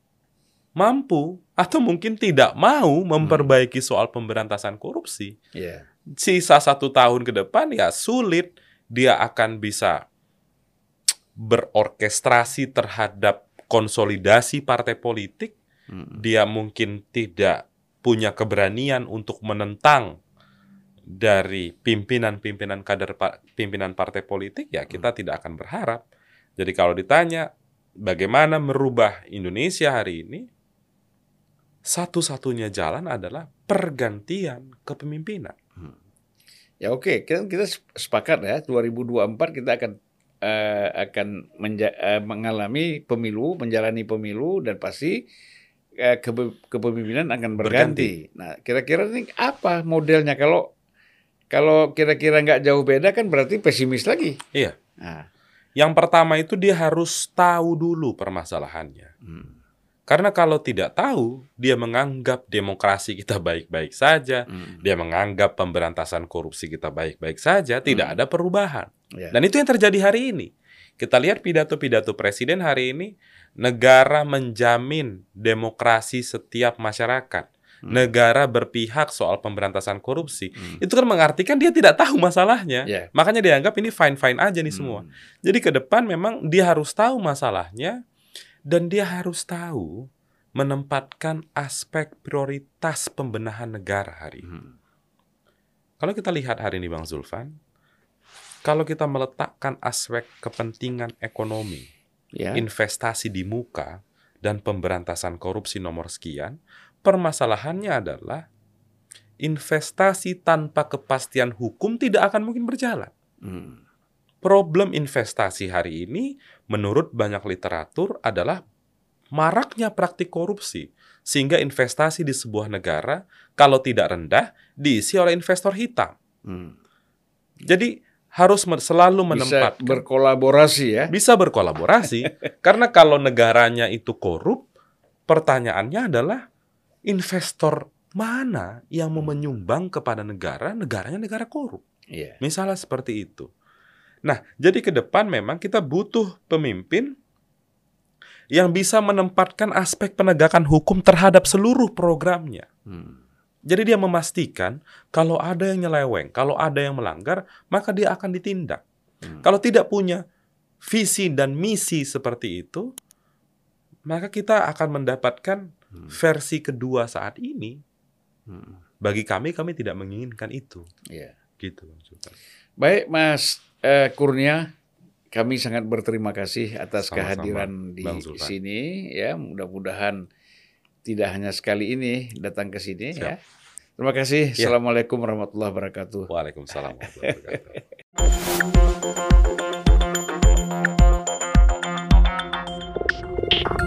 mampu, atau mungkin tidak mau memperbaiki soal pemberantasan korupsi. Yeah. Sisa satu tahun ke depan, ya sulit dia akan bisa berorkestrasi terhadap konsolidasi partai politik. Dia mungkin tidak punya keberanian untuk menentang dari pimpinan-pimpinan kader pimpinan partai politik, ya kita hmm. tidak akan berharap. Jadi kalau ditanya bagaimana merubah Indonesia hari ini, satu-satunya jalan adalah pergantian kepemimpinan. Hmm. Ya oke, kita, kita sepakat ya, dua ribu dua puluh empat kita akan uh, akan menja- uh, mengalami pemilu, menjalani pemilu, dan pasti kepemimpinan akan berganti. berganti. Nah, kira-kira ini apa modelnya? Kalau kalau kira-kira nggak jauh beda kan berarti pesimis lagi. Iya. Nah. Yang pertama itu dia harus tahu dulu permasalahannya. Hmm. Karena kalau tidak tahu, dia menganggap demokrasi kita baik-baik saja, hmm. dia menganggap pemberantasan korupsi kita baik-baik saja, tidak hmm. ada perubahan. Yeah. Dan itu yang terjadi hari ini. Kita lihat pidato-pidato Presiden hari ini, negara menjamin demokrasi setiap masyarakat. Hmm. Negara berpihak soal pemberantasan korupsi. Hmm. Itu kan mengartikan dia tidak tahu masalahnya. Yeah. Makanya dianggap ini fine-fine aja nih hmm. semua. Jadi ke depan memang dia harus tahu masalahnya, dan dia harus tahu menempatkan aspek prioritas pembenahan negara hari ini. Hmm. Kalau kita lihat hari ini Bang Zulfan, kalau kita meletakkan aspek kepentingan ekonomi, yeah. investasi di muka, dan pemberantasan korupsi nomor sekian, permasalahannya adalah investasi tanpa kepastian hukum tidak akan mungkin berjalan. Hmm. Problem investasi hari ini, menurut banyak literatur, adalah maraknya praktik korupsi. Sehingga investasi di sebuah negara, kalau tidak rendah, diisi oleh investor hitam. Hmm. Jadi, harus selalu menempatkan. Bisa berkolaborasi ya? Bisa berkolaborasi. Karena kalau negaranya itu korup, pertanyaannya adalah investor mana yang mau menyumbang kepada negara, negaranya negara korup. Yeah. Misalnya seperti itu. Nah, jadi ke depan memang kita butuh pemimpin yang bisa menempatkan aspek penegakan hukum terhadap seluruh programnya. Hmm. Jadi dia memastikan kalau ada yang nyeleweng, kalau ada yang melanggar, maka dia akan ditindak. Hmm. Kalau tidak punya visi dan misi seperti itu, maka kita akan mendapatkan Hmm. versi kedua saat ini. Hmm. Bagi kami, kami tidak menginginkan itu. Ya. Gitu, Bang Sultan. Baik, Mas eh, Kurnia, kami sangat berterima kasih atas Sama-sama, kehadiran di Bang Zulfan. sini. Ya, mudah-mudahan tidak hanya sekali ini datang ke sini. Siap. Ya. Terima kasih. Ya. Assalamualaikum warahmatullahi wabarakatuh. Waalaikumsalam warahmatullahi wabarakatuh.